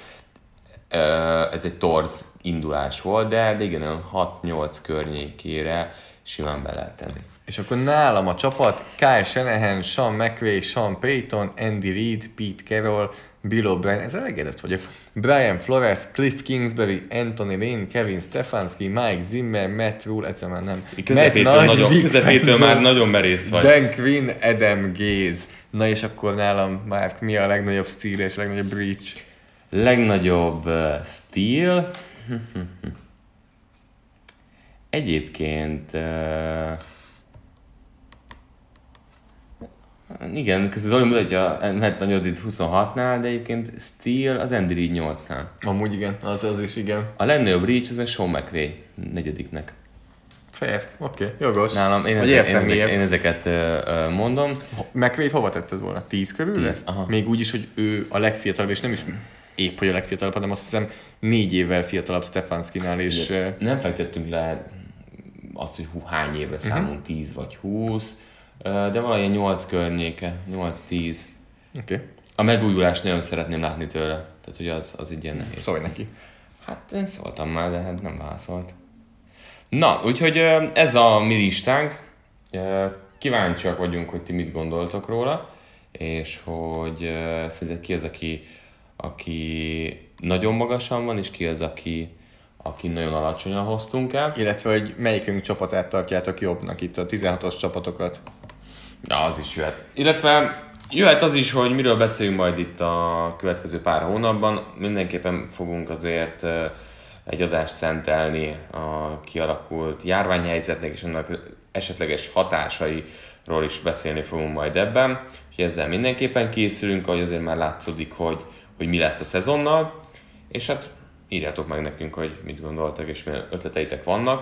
ez egy torz indulás volt, de, de igen, olyan hat-nyolc környékére simán be lehet tenni. És akkor nálam a csapat Kyle Shanahan, Sean McVay, Sean Payton, Andy Reid, Pete Carroll, Bill O'Brien, ez elégedett vagyok. Brian Flores, Cliff Kingsbury, Anthony Lynn, Kevin Stefanski, Mike Zimmer, Matt Rule, egyszer már nem. Közepétől, Matt nagyon, Nagy, közepétől Vic már Fangio, nagyon merész vagy. Dan Quinn, Adam Gaze. Na és akkor nálam már mi a legnagyobb steal és a legnagyobb breach? Legnagyobb uh, steal? Egyébként... Uh, igen, közben Zoli mutatja Matt Nagyodit huszonhatnál, de egyébként steal az Andy Reid nyolcnál. Amúgy igen, az, az is igen. A legnagyobb reach az meg Sean McVay negyediknek. Fair, oké, okay, jogos. Nálam én, Vagy ezek, értem, én, ezek, miért. én ezeket uh, uh, mondom. McVay-t hova tetted volna? Tíz körül? Tíz, aha. Még úgy is, hogy ő a legfiatalabb, és nem is épp, hogy a legfiatalabb, hanem azt hiszem négy évvel fiatalabb Stefanskynál, és... De nem fektettünk le azt, hogy hú, hány évre számunk, uh-huh. tíz vagy húsz, de valami nyolc környéke, nyolc-tíz. Oké, okay. A megújulást nagyon szeretném látni tőle, tehát hogy az, az egy ilyen nehéz. szólj neki. Hát én szóltam már, de hát nem válaszolt. Na, úgyhogy ez a mi listánk. Kíváncsiak vagyunk, hogy ti mit gondoltok róla, és hogy szerinted ki az, aki, aki nagyon magasan van, és ki az, aki, aki nagyon alacsonyan hoztunk el. Illetve, hogy melyikünk csapatát tartjátok jobbnak itt, a tizenhatos csapatokat. Ja, az is jöhet. Illetve jöhet az is, hogy miről beszélünk majd itt a következő pár hónapban. Mindenképpen fogunk azért egy adást szentelni a kialakult járványhelyzetnek és annak esetleges hatásairól is beszélni fogunk majd ebben. Úgyhogy ezzel mindenképpen készülünk, ahogy azért már látszódik, hogy, hogy mi lesz a szezonnal. És hát írjátok meg nekünk, hogy mit gondoltak és milyen ötleteitek vannak.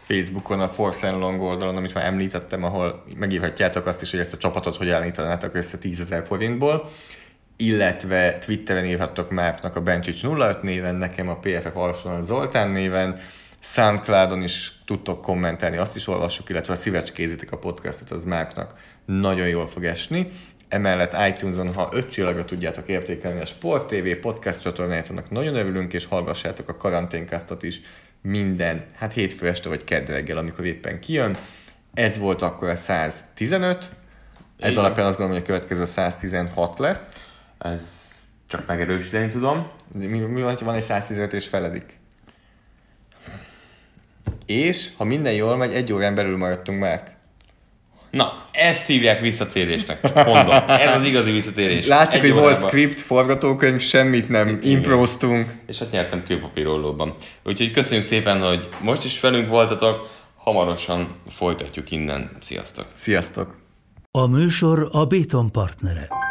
Facebookon, a Force and Long oldalon, amit már említettem, ahol megírhatjátok azt is, hogy ezt a csapatot hogy állítanátok össze tízezer forintból, illetve Twitteren írhattok Márknak a Bencsics nulla öt néven, nekem a pé ef ef Alsóan Zoltán néven, Soundcloudon is tudtok kommentelni, azt is olvassuk, illetve ha szívecskézitek a podcastot, az Márknak nagyon jól fog esni. Emellett iTunes-on, ha öt csillagot tudjátok értékelni a Sport té vé podcast csatornáját, annak nagyon örülünk, és hallgassátok a karanténkasztot is minden, hát hétfő este vagy kedd reggel, amikor éppen kijön. Ez volt akkor a száztizenöt, ez Igen. alapján azt gondolom, hogy a következő száztizenhat lesz. Ez csak megerősíteni tudom. Mi, mi van, ha van egy száztizenöt és feledik? És, ha minden jól megy, egy órán belül maradtunk már. Na, ezt hívják visszatérésnek, csak mondom. Ez az igazi visszatérés. Látszik, hogy volt script, forgatókönyv, semmit nem improztunk. És hát nyertem kőpapírollóban. Úgyhogy köszönjük szépen, hogy most is velünk voltatok. Hamarosan folytatjuk innen. Sziasztok! Sziasztok! A műsor a Béton partnere.